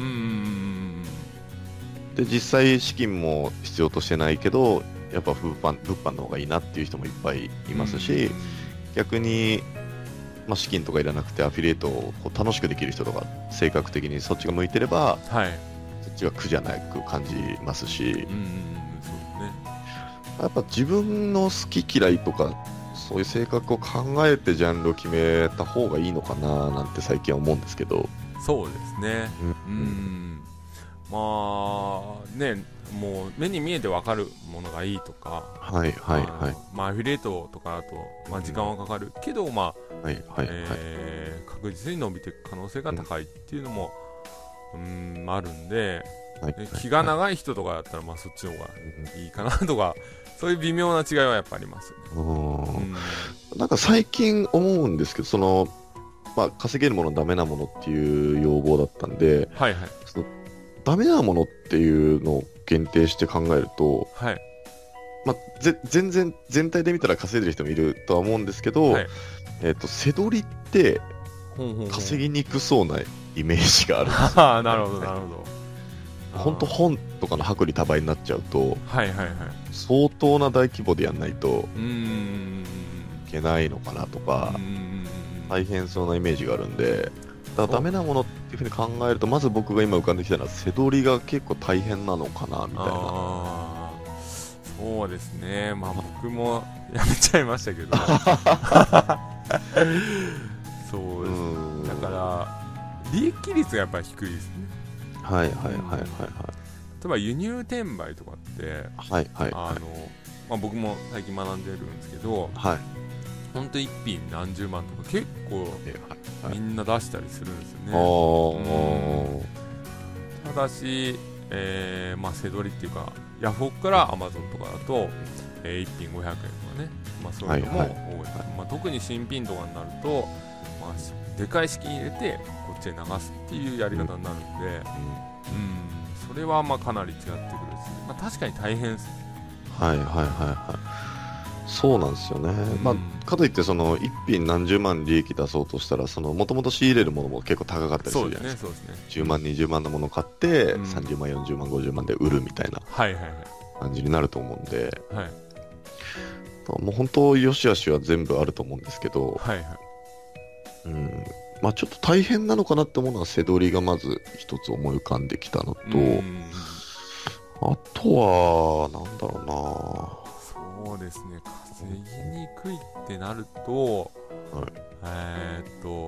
で実際資金も必要としてないけどやっぱ物販の方がいいなっていう人もいっぱいいますし逆に、まあ、資金とかいらなくてアフィリエイトをこう楽しくできる人とか性格的にそっちが向いてれば、はい、そっちが苦じゃなく感じますしそうですね、やっぱ自分の好き嫌いとかそういう性格を考えてジャンルを決めた方がいいのかななんて最近は思うんですけど。 そうですね。まあね、もう目に見えて分かるものがいいとか、 はいはいはい。 まあアフィリエイトとかだと、まあ時間はかかるけど、まあ、 はいはいはい。 確実に伸びていく可能性が高いっていうのも、あるんで、気が長い人とかだったら、まあそっちの方がいいかなとか、そういう微妙な違いはやっぱありますよね。 なんか最近思うんですけど、まあ、稼げるものダメなものっていう要望だったんで、 はいはい、 そのダメなものっていうのを限定して考えると、 はい、 まあ、全然全体で見たら稼いでる人もいるとは思うんですけど、はい、背取りって稼ぎにくそうなイメージがあるんですよ。 なるほどなるほど。 本当本とかの薄利多売になっちゃうと、 はいはいはい、 相当な大規模でやんないといけないのかなとか、大変そうなイメージがあるんで、だからダメなものっていうふうに考えると、まず僕が今浮かんできたのは背取りが結構大変なのかなみたいな。 そうですね、まあ僕もやめちゃいましたけどそうです、だから利益率がやっぱり低いですね。 はいはいはいはいはい。例えば輸入転売とかって、 はいはいはい、 まあ、僕も最近学んでるんですけど、はい、本当一品何十万とか結構みんな出したりするんですよね。ただし、まあ、背取りっていうかヤフオクからアマゾンとかだと、一品500円とかね、まあ、そういうのも多い、まあ、特に新品とかになると、まあ、でかい資金入れてこっちへ流すっていうやり方になるんで、それはまあかなり違ってくるし、まあ、確かに大変ですね。 はいはいはいはい、そうなんですよね。まあ、かといってその一品何十万利益出そうとしたら、もともと仕入れるものも結構高かったりするじゃないですか。そうですね、10万20万のものを買って、30万40万50万で売るみたいな感じになると思うんで、はい、もう本当良し悪しは全部あると思うんですけど、はいはい、まあ、ちょっと大変なのかなって思うのは背取りがまず一つ思い浮かんできたのと、あとはなんだろうな、 そうですね、稼ぎにくいってなると、はい、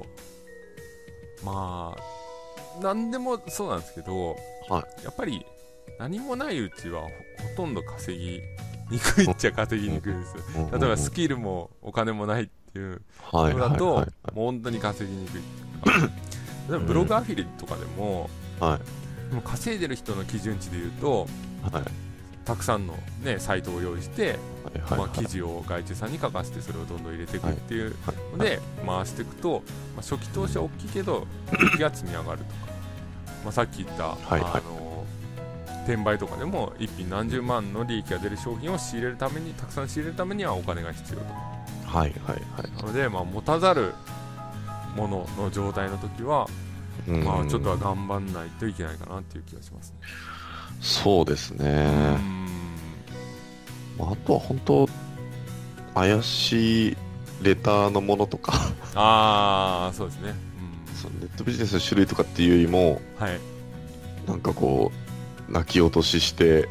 まあ何でもそうなんですけど、はい、やっぱり何もないうちはほとんど稼ぎにくいっちゃ稼ぎにくいです。例えばスキルもお金もないっていうのだと、もう本当に稼ぎにくい。例えばブログアフィリとかでも、はい、もう稼いでる人の基準値でいうと、はい、たくさんの、ね、サイトを用意して、まあ、記事を外注さんに書かせてそれをどんどん入れていくっていうので回していくと、まあ、初期投資は大きいけど利益が積み上がるとか、まあ、さっき言った、はいはい、転売とかでも一品何十万の利益が出る商品を仕入れるために、たくさん仕入れるためにはお金が必要と。 はいはいはい。 なので、まあ、持たざるものの状態の時は、まあ、ちょっとは頑張んないといけないかなっていう気がしますね。 そうですね。あとは本当怪しいレターのものとかああ、そうですね、 そのネットビジネスの種類とかっていうよりも、はい、なんかこう泣き落としして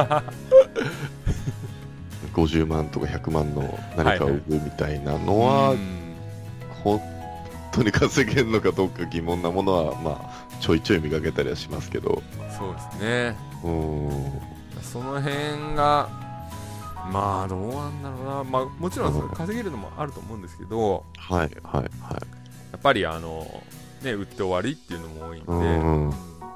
50万とか100万の何かを売るみたいなのは、本当に稼げるのかどうか疑問なものは、まあ、ちょいちょい見かけたりはしますけど。 そうですね。その辺がまあどうなんだろうな、まあ、もちろん稼げるのもあると思うんですけど、 はいはいはい、やっぱりね、売って終わりっていうのも多いんで、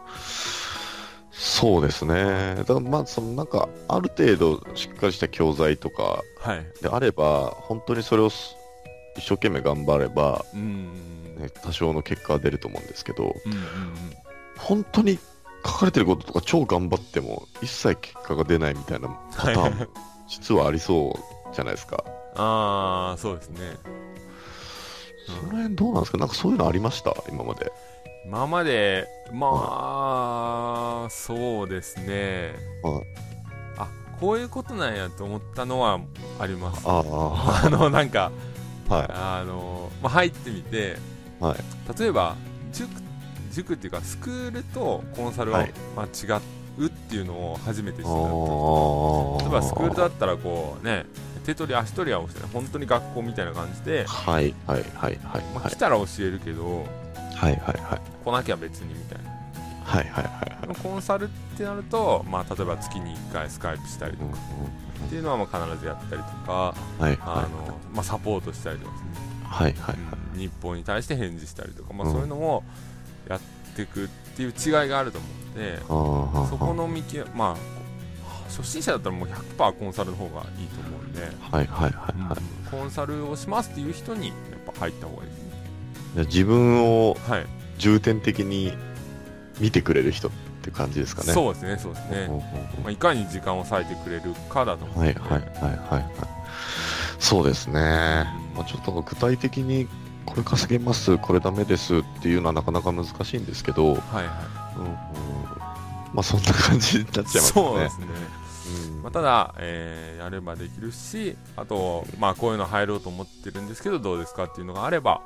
そうですね。だからまあなんかある程度しっかりした教材とかであれば、本当にそれを一生懸命頑張れば、ね、多少の結果は出ると思うんですけど、本当に書かれてることとか超頑張っても一切結果が出ないみたいなパターンも実はありそうじゃないですか。 ああ、そうですね。 その辺どうなんですか。なんかそういうのありました今まで。 今まで、まあ、そうですね。あ、こういうことなんやと思ったのはあります。なんか、はい、まあ、入ってみて、はい、例えば塾っていうかスクールとコンサルは、まあ、違うっていうのを初めて知った。例えばスクールだったらこうね、 手取り足取りは教えない、本当に学校みたいな感じで、 はいはいはいはい、 まあ、来たら教えるけど、 はいはいはい、 来なきゃ別にみたいな。 はいはいはいはい、 コンサルってなると、まあ、例えば月に1回スカイプしたりとか、っていうのはまあ必ずやったりとか、 はいはい、 まあ、サポートしたりとかですね、 はいはいはい、 日報に対して返事したりとか、まあ、そういうのをやっていくっていう違いがあると思うので、そこの見極め、まあ、初心者だったらもう 100% コンサルの方がいいと思うんで、 はいはいはいはい、 コンサルをしますっていう人にやっぱ入った方がいいですね。 自分を重点的に見てくれる人って感じですかね。 そうですね、そうですね。まあ、いかに時間を割いてくれるかだと思うので、 はいはいはいはい、そうですね。まあ、ちょっと具体的にこれ稼げます、これダメですっていうのはなかなか難しいんですけど、 はいはい、 まあそんな感じになっちゃいますね。 そうですね。まあ、ただ、やればできるし、あと、まあ、こういうの入ろうと思ってるんですけどどうですかっていうのがあれば、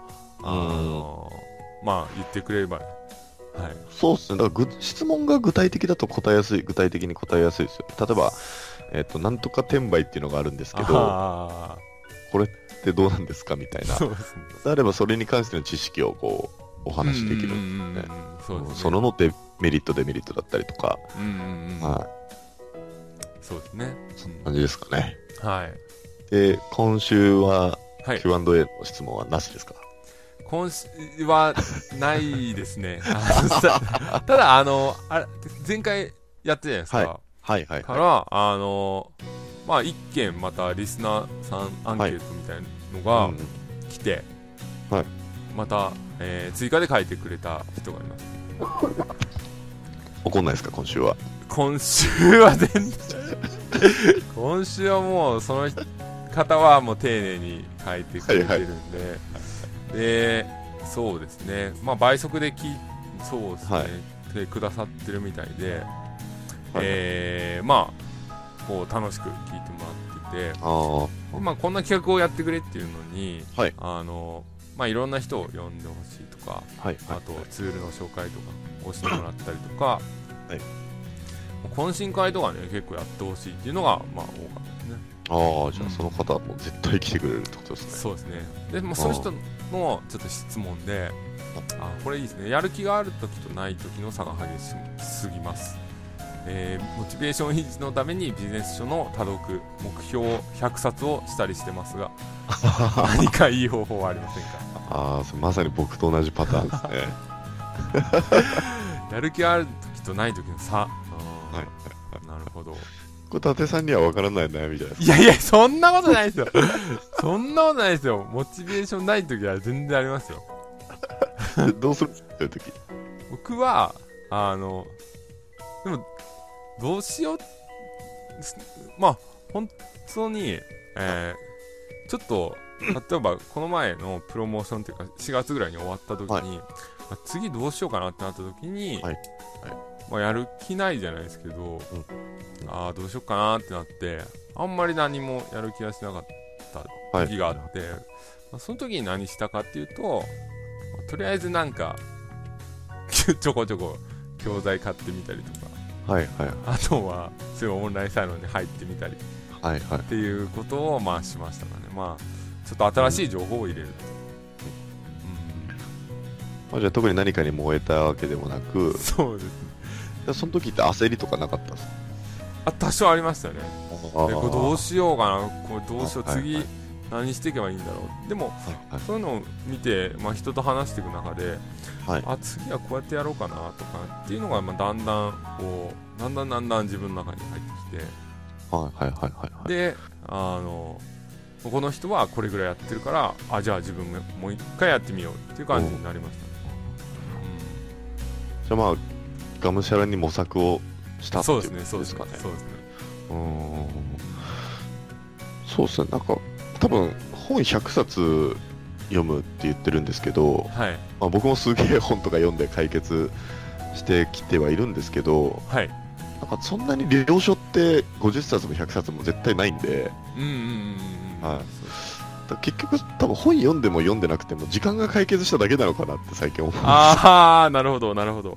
まあ言ってくれれば、はい、 そうですね。だから質問が具体的だと答えやすい、具体的に答えやすいですよ。例えば、なんとか転売っていうのがあるんですけど、これってどうなんですかみたいな。そうですね。であればそれに関しての知識をこうお話しできるんですね。そののメリットデメリットだったりとか、 そうですね。 そんな感じですかね。 はい。 で、今週は Q&A の質問はなしですか？ 今週はないですね。ただ、前回やったじゃないですか。 はいはい。 から、まあ、一件またリスナーさんアンケートみたいなのが来て、 はい、 また、追加で書いてくれた人がいます。 怒んないですか、今週は？ 今週は全然今週はもうその方はもう丁寧に書いてくれてるんで、で、そうですね、まあ倍速でそうですね、でくださってるみたいで、まあこう楽しく聞いてもらってて、まあこんな企画をやってくれっていうのに、まあいろんな人を呼んでほしいとか、あとツールの紹介とかをしてもらったりとか、懇親会とかね結構やってほしいっていうのがまあ多かったですね。 じゃあその方はもう絶対来てくれるってことですね。 そうですね。で、まあ、その人のちょっと質問で、これいいですね。やる気がある時とない時の差が激しすぎます。モチベーション維持のためにビジネス書の多読目標100冊をしたりしてますが何かいい方法はありませんか？ それまさに僕と同じパターンですね。 やる気がある時とない時の差。なるほど。 これ伊達さんには分からない悩みじゃないですか。 いやいや、そんなことないですよ。そんなことないですよ。モチベーションない時は全然ありますよ。 どうするっていう時？ 僕はでもどうしよう、まあ本当に、ちょっと例えばこの前のプロモーションというか4月ぐらいに終わった時に、次どうしようかなってなった時に、まあ、やる気ないじゃないですけど、どうしようかなってなってあんまり何もやる気がしなかった時があって、まあ、その時に何したかっていうと、とりあえずなんかちょこちょこ教材買ってみたりとか、あとはそういうオンラインサロンに入ってみたり、っていうことをまあしましたかね。まあちょっと新しい情報を入れると、じゃあ特に何かに燃えたわけでもなく、 そうですね。 その時って焦りとかなかったんですか？ 多少ありましたね。これどうしようかな、これどうしよう、次何していけばいいんだろう。でも、そういうのを見て、まあ、人と話していく中で、次はこうやってやろうかなとかっていうのが、まあ、だんだん自分の中に入ってきて、で、この人はこれぐらいやってるから、じゃあ自分もう一回やってみようっていう感じになりましたね。 じゃあまあがむしゃらに模索をしたっていうことですかね。 そうですね。なんか多分本100冊読むって言ってるんですけど、まあ、僕もすげえ本とか読んで解決してきてはいるんですけど、なんかそんなに領書って50冊も100冊も絶対ないんで、結局多分本読んでも読んでなくても時間が解決しただけなのかなって最近思うんですよ。 なるほど。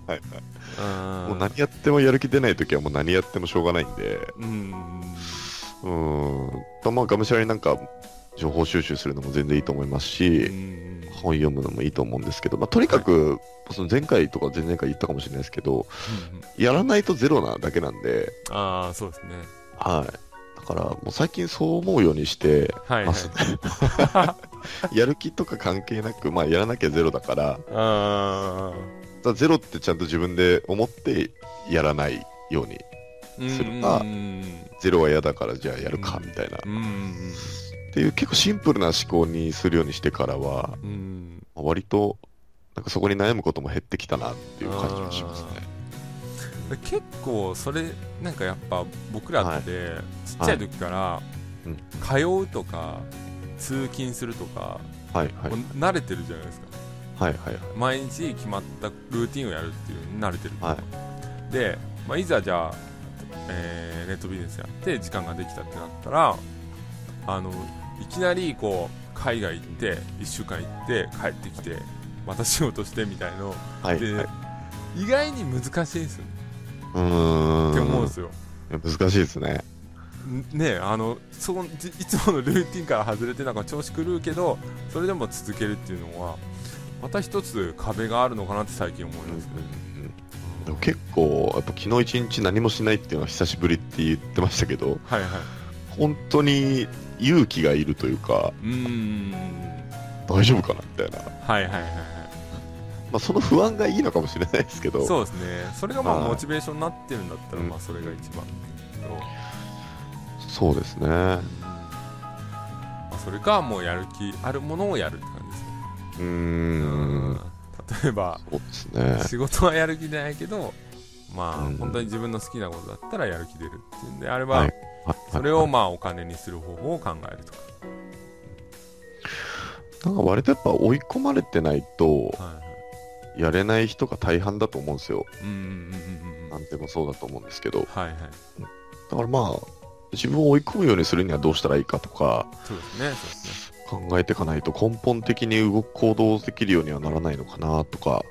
もう何やってもやる気出ないときはもう何やってもしょうがないんで、 まあがむしゃらになんか情報収集するのも全然いいと思いますし、本読むのもいいと思うんですけど、まあ、とにかく、その前回とか前々回言ったかもしれないですけど、やらないとゼロなだけなんで、 そうですね。 はい。だからもう最近そう思うようにしてますね。やる気とか関係なく、まあやらなきゃゼロだから、ゼロってちゃんと自分で思ってやらないようにするか、ゼロは嫌だからじゃあやるかみたいな、っていう結構シンプルな思考にするようにしてからは、割となんかそこに悩むことも減ってきたなっていう感じがしますね。 結構それなんかやっぱ僕らってちっちゃい時から通うとか通勤するとか慣れてるじゃないですか。毎日決まったルーティンをやるっていうのに慣れてる、で、まあ、いざじゃあ、ネットビジネスやって時間ができたってなったらいきなりこう海外行って1週間行って帰ってきてまた仕事してみたいの、で意外に難しいですよねって思うんですよ。 難しいですね。 ね、いつものルーティンから外れてなんか調子狂うけどそれでも続けるっていうのはまた一つ壁があるのかなって最近思いますね。 でも結構やっぱ昨日一日何もしないっていうのは久しぶりって言ってましたけど、本当に勇気がいるというか、大丈夫かなみたいな、まあ、その不安がいいのかもしれないですけど、 そうですね、それがまあモチベーションになってるんだったら、まあそれが一番、 そうですね、まあ、それかもうやる気あるものをやるって感じですね。例えばそうですね、仕事はやる気じゃないけど、まあ本当に自分の好きなことだったらやる気出るっていうんであれば、それをまあお金にする方法を考えるとか、 なんか割とやっぱ追い込まれてないとやれない人が大半だと思うんですよ。なんでもそうだと思うんですけど、だからまあ自分を追い込むようにするにはどうしたらいいかとか、考えていかないと根本的に行動できるようにはならないのかなとか、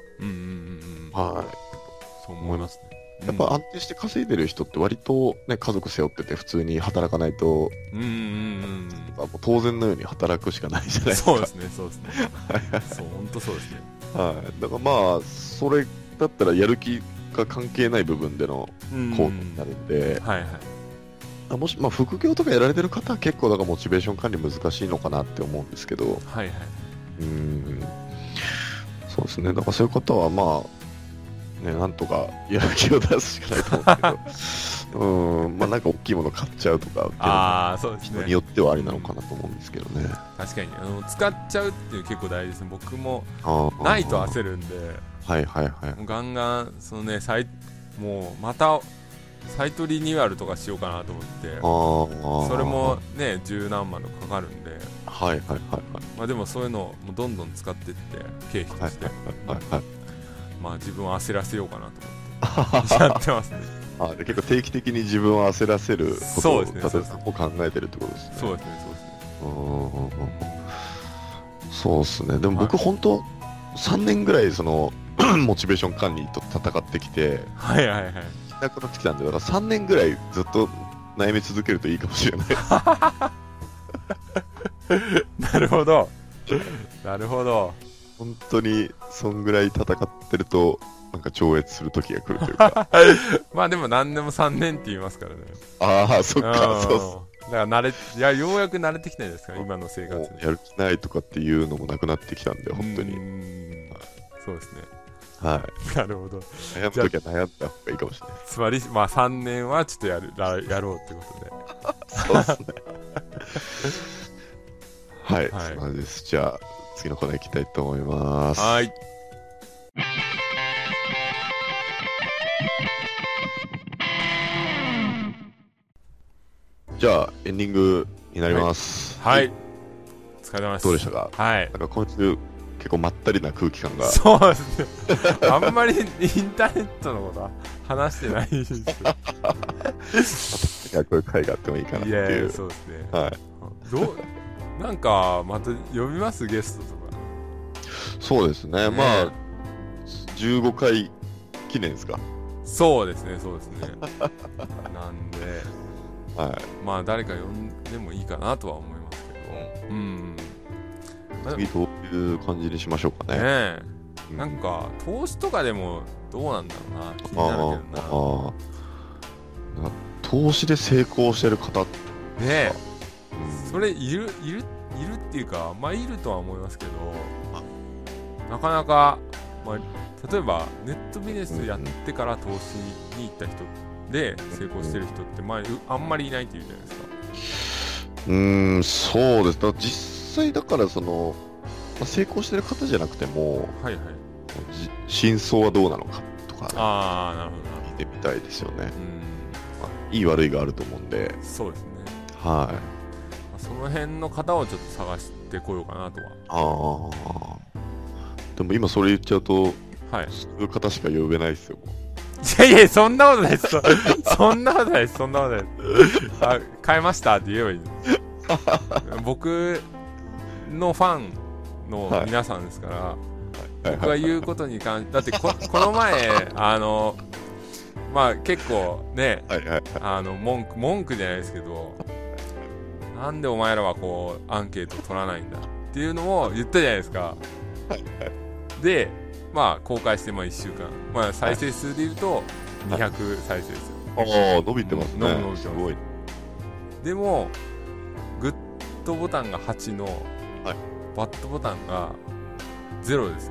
そう思いますね。 やっぱ安定して稼いでる人って割とね、家族背負ってて普通に働かないと、もう当然のように働くしかないじゃないですか。 そうですね、そうですね。そう、本当そうですね。 だからまあそれだったらやる気が関係ない部分での行動になるんで、もしまあ副業とかやられてる方は結構だからモチベーション管理難しいのかなって思うんですけど、そうですね。だからそういう方はまあね、なんとかやる気を出すしかないと思うんですけど、まあなんか大きいもの買っちゃうとか、人によってはありなのかなと思うんですけどね。 確かに使っちゃうっていう結構大事ですね。僕もないと焦るんで、ガンガンそのね、もうまたサイトリニューアルとかしようかなと思って、それもね十何万とかかかるんで、まあでもそういうのをもうどんどん使っていって経費として。まあ自分を焦らせようかなと思ってやってますね。 結構定期的に自分を焦らせることを考えてるってことですね。 そうですね。 そうですね。でも僕本当3年ぐらいそのモチベーション管理と戦ってきて、なくなってきたんで、だから3年ぐらいずっと悩み続けるといいかもしれないです。 なるほど。なるほど。 本当にそんぐらい戦ってるとなんか超越する時が来るというかまあでも何でも3年って言いますからね。 そっか、そうだからようやく慣れてきたんですか、今の生活に。 やる気ないとかっていうのもなくなってきたんで、本当に。 そうですね。なるほど。 悩む時は悩んだ方がいいかもしれない。 つまりまあ3年はちょっとやろうってことで。 そうですね。はい、そうです。じゃあ次のコーナー行きたいと思います。じゃあエンディングになります。 お疲れ様です。 どうでしたか。なんか今週結構まったりな空気感が。 そうですね。あんまりインターネットのことは話してないですよ。 こういう会があってもいいかなっていう。 そうですね。なんかまた呼びますゲストとか。 そうですね。まあ15回記念ですか。 そうですね。なんではい、 まあ誰か呼んでもいいかなとは思いますけど、うん、 次どういう感じにしましょうかね。 ねえ、なんか投資とかでもどうなんだろうな、気になるけどな。投資で成功してる方ねえ、それいるっていうか、まあいるとは思いますけど、なかなか、まあ、例えばネットビジネスやってから投資に行った人で成功してる人って、まあ、あんまりいないっていうじゃないですか。 そうです。だから実際だからその、まあ、成功してる方じゃなくても、 はいはい、 真相はどうなのかとか、ね、 なるほど、 見てみたいですよね。まあ、いい悪いがあると思うんで。 そうですね。 はい。 その辺の方をちょっと探してこようかなとは。 でも今それ言っちゃうと、はい、そういう方しか呼べないですよ。 いやいや、そんなことないです。そんなことないです。そんなことないです。あ、買いましたって言えばいい。僕のファンの皆さんですから、はい、僕が言うことに関して、だってこの前、まあ結構ね、はいはいはい、文句じゃないですけど、なんでお前らはこうアンケート取らないんだっていうのを言ったじゃないですか。はいはい、で、まあ公開して1週間、まあ再生数で言うと200再生ですよ。 伸びてますね。 伸びてます。すごい。でもグッドボタンが8の、はい、バッドボタンが0です。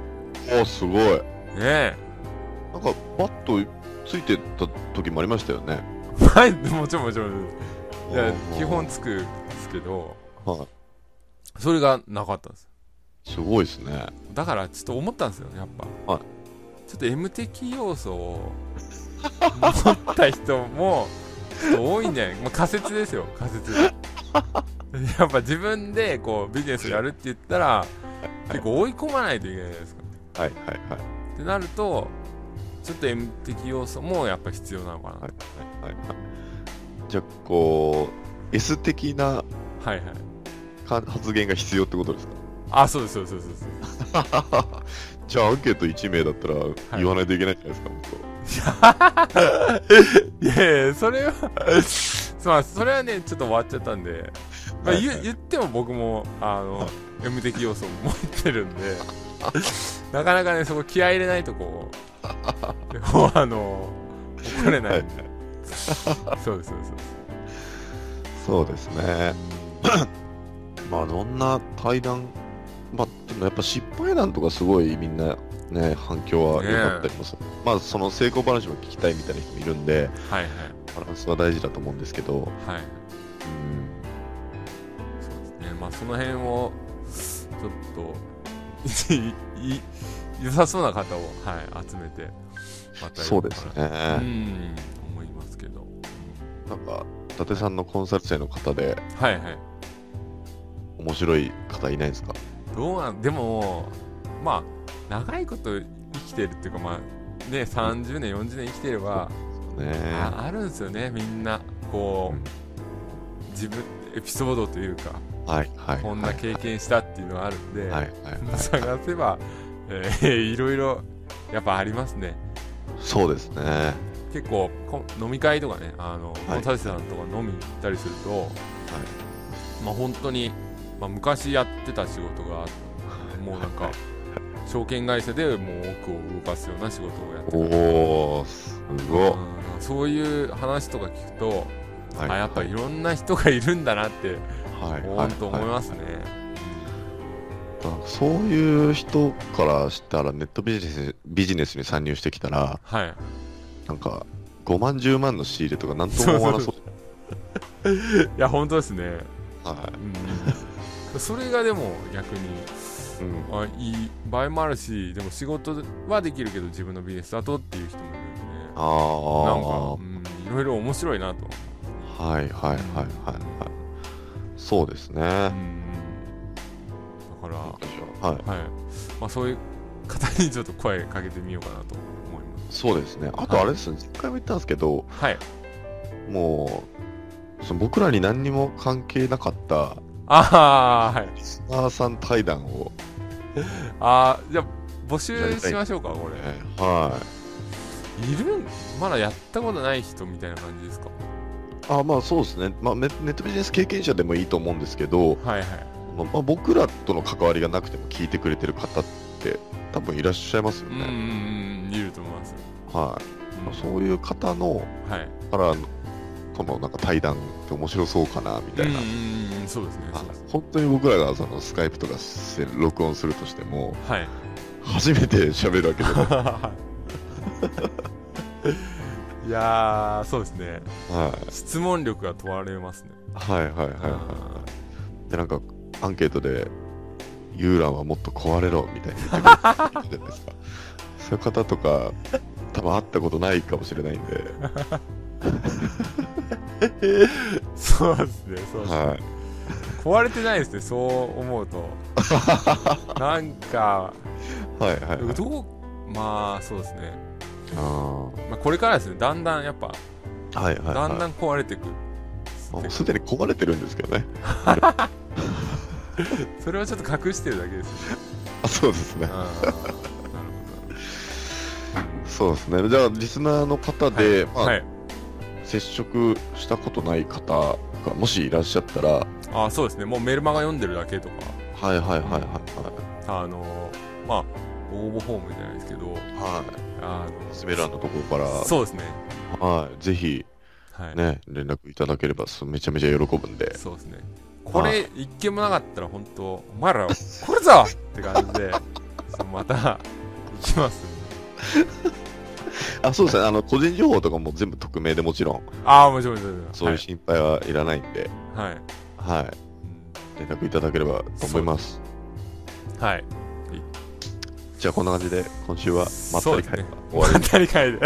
すごい。ねえ。 なんかバットついてた時もありましたよね。 はい、もちろん。いや、基本つくんですけど、はい、それがなかったんです。 すごいですね。 だからちょっと思ったんですよね、やっぱ。はい、ちょっと M 的要素を持った人もちょっと多いんじゃない、まあ、仮説ですよ、仮説。やっぱ自分でこうビジネスやるって言ったら、結構追い込まないといけないじゃないですか。はいはいはい。ってなると、ちょっと M 的要素もやっぱ必要なのかなと。はいはいはい。 じゃあこう S 的な、はいはい、発言が必要ってことですか？ そうです。 じゃあアンケート1名だったら言わないといけないじゃないですか、 いやそれはそれはねちょっと終わっちゃったんで、まあ、言っても僕もM 的要素を持ってるんでなかなかねそこ気合い入れないとこう怒れないんで、 そうですね。まあどんな対談、まあでもやっぱ失敗談とかすごいみんなね反響は良かったりもする。まあその成功話も聞きたいみたいな人もいるんで、はいはい、バランスは大事だと思うんですけど、はい、 そうですね。まあその辺をちょっと良さそうな方を、はい、集めてまたそうですね。 思いますけど、 なんか伊達さんのコンサル生の方で、 はいはい。 面白い方いないですか？ でもまあ長いこと生きてるっていうか、まあね30年40年生きてれば、あるんですよね、みんなこう、自分エピソードというか、はいはい、こんな経験したっていうのがあるんで、探せば、いろいろやっぱありますね。 そうですね。 結構飲み会とかね、コンサルさんとか飲みに行ったりすると、まあ本当にまあ、昔やってた仕事がもうなんか証券会社でもう奥を動かすような仕事をやってた。 すごい。 そういう話とか聞くと、やっぱいろんな人がいるんだなって本当思いますね。 そういう人からしたらネットビジネスに参入してきたら、はい、なんか5万10万の仕入れとかなんとも思わなそう。 いや本当ですね。はい、それがでも逆に、いい場合もあるし、でも仕事はできるけど自分のビジネスだとっていう人もいるんで、なんか、いろいろ面白いなと。 はいはいはいはいはい。そうですね。だから、はいまあ、そういう方にちょっと声かけてみようかなと思います。 そうですね。あとあれですね、前回も言ったんですけど、もう僕らに何にも関係なかったリスナーさん対談をじゃあ募集しましょうか、これ。いる？まだやったことない人みたいな感じですか？ まあそうですね、まあ、ネットビジネス経験者でもいいと思うんですけど、 はいはい、 まあ、僕らとの関わりがなくても聞いてくれてる方って多分いらっしゃいますよね。 いると思います。 はい、そういう方の、からこのなんか対談って面白そうかなみたいな。 そうですね。 本当に僕らがそのスカイプとか録音するとしても、初めて喋るわけじゃないいやー、そうですね、質問力が問われますね。 で、なんかアンケートでユーランはもっと壊れろみたいに言ってくれるじゃないですか。そういう方とか多分会ったことないかもしれないんでそうですね、そうですね、壊れてないですね、そう思うとなんかどう、まあそうですね、まあ、これからですね、だんだんやっぱ、だんだん壊れていく。 もうすでに壊れてるんですけどねそれはちょっと隠してるだけですね。 そうですね。そうですね。じゃあリスナーの方で、接触したことない方がもしいらっしゃったら、 そうですね。もうメルマガ読んでるだけとか、まあ応募フォームじゃないですけど、 スメ欄のところから、 そうですね。 ぜひね、連絡いただければめちゃめちゃ喜ぶんで。 そうですね。これ一件もなかったら本当お前らこれぞって感じでまた行きますそうですね。個人情報とかも全部匿名でもちろん。 もちろんそういう心配はいらないんで。連絡いただければと思います。じゃあこんな感じで今週はまったり会が終わり。 まったり会で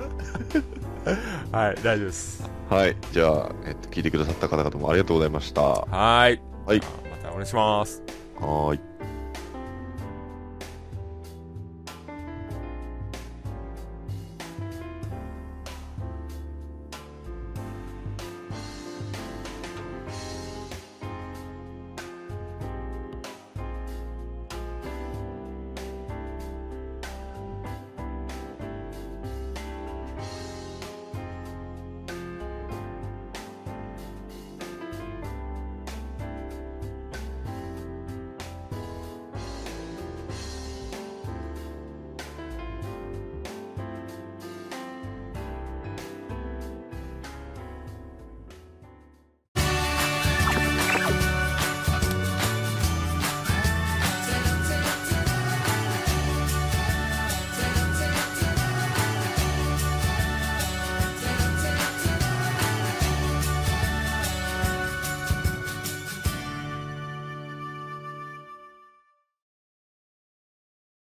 大丈夫です。 じゃあ、聞いてくださった方々もありがとうございました。 またお願いします。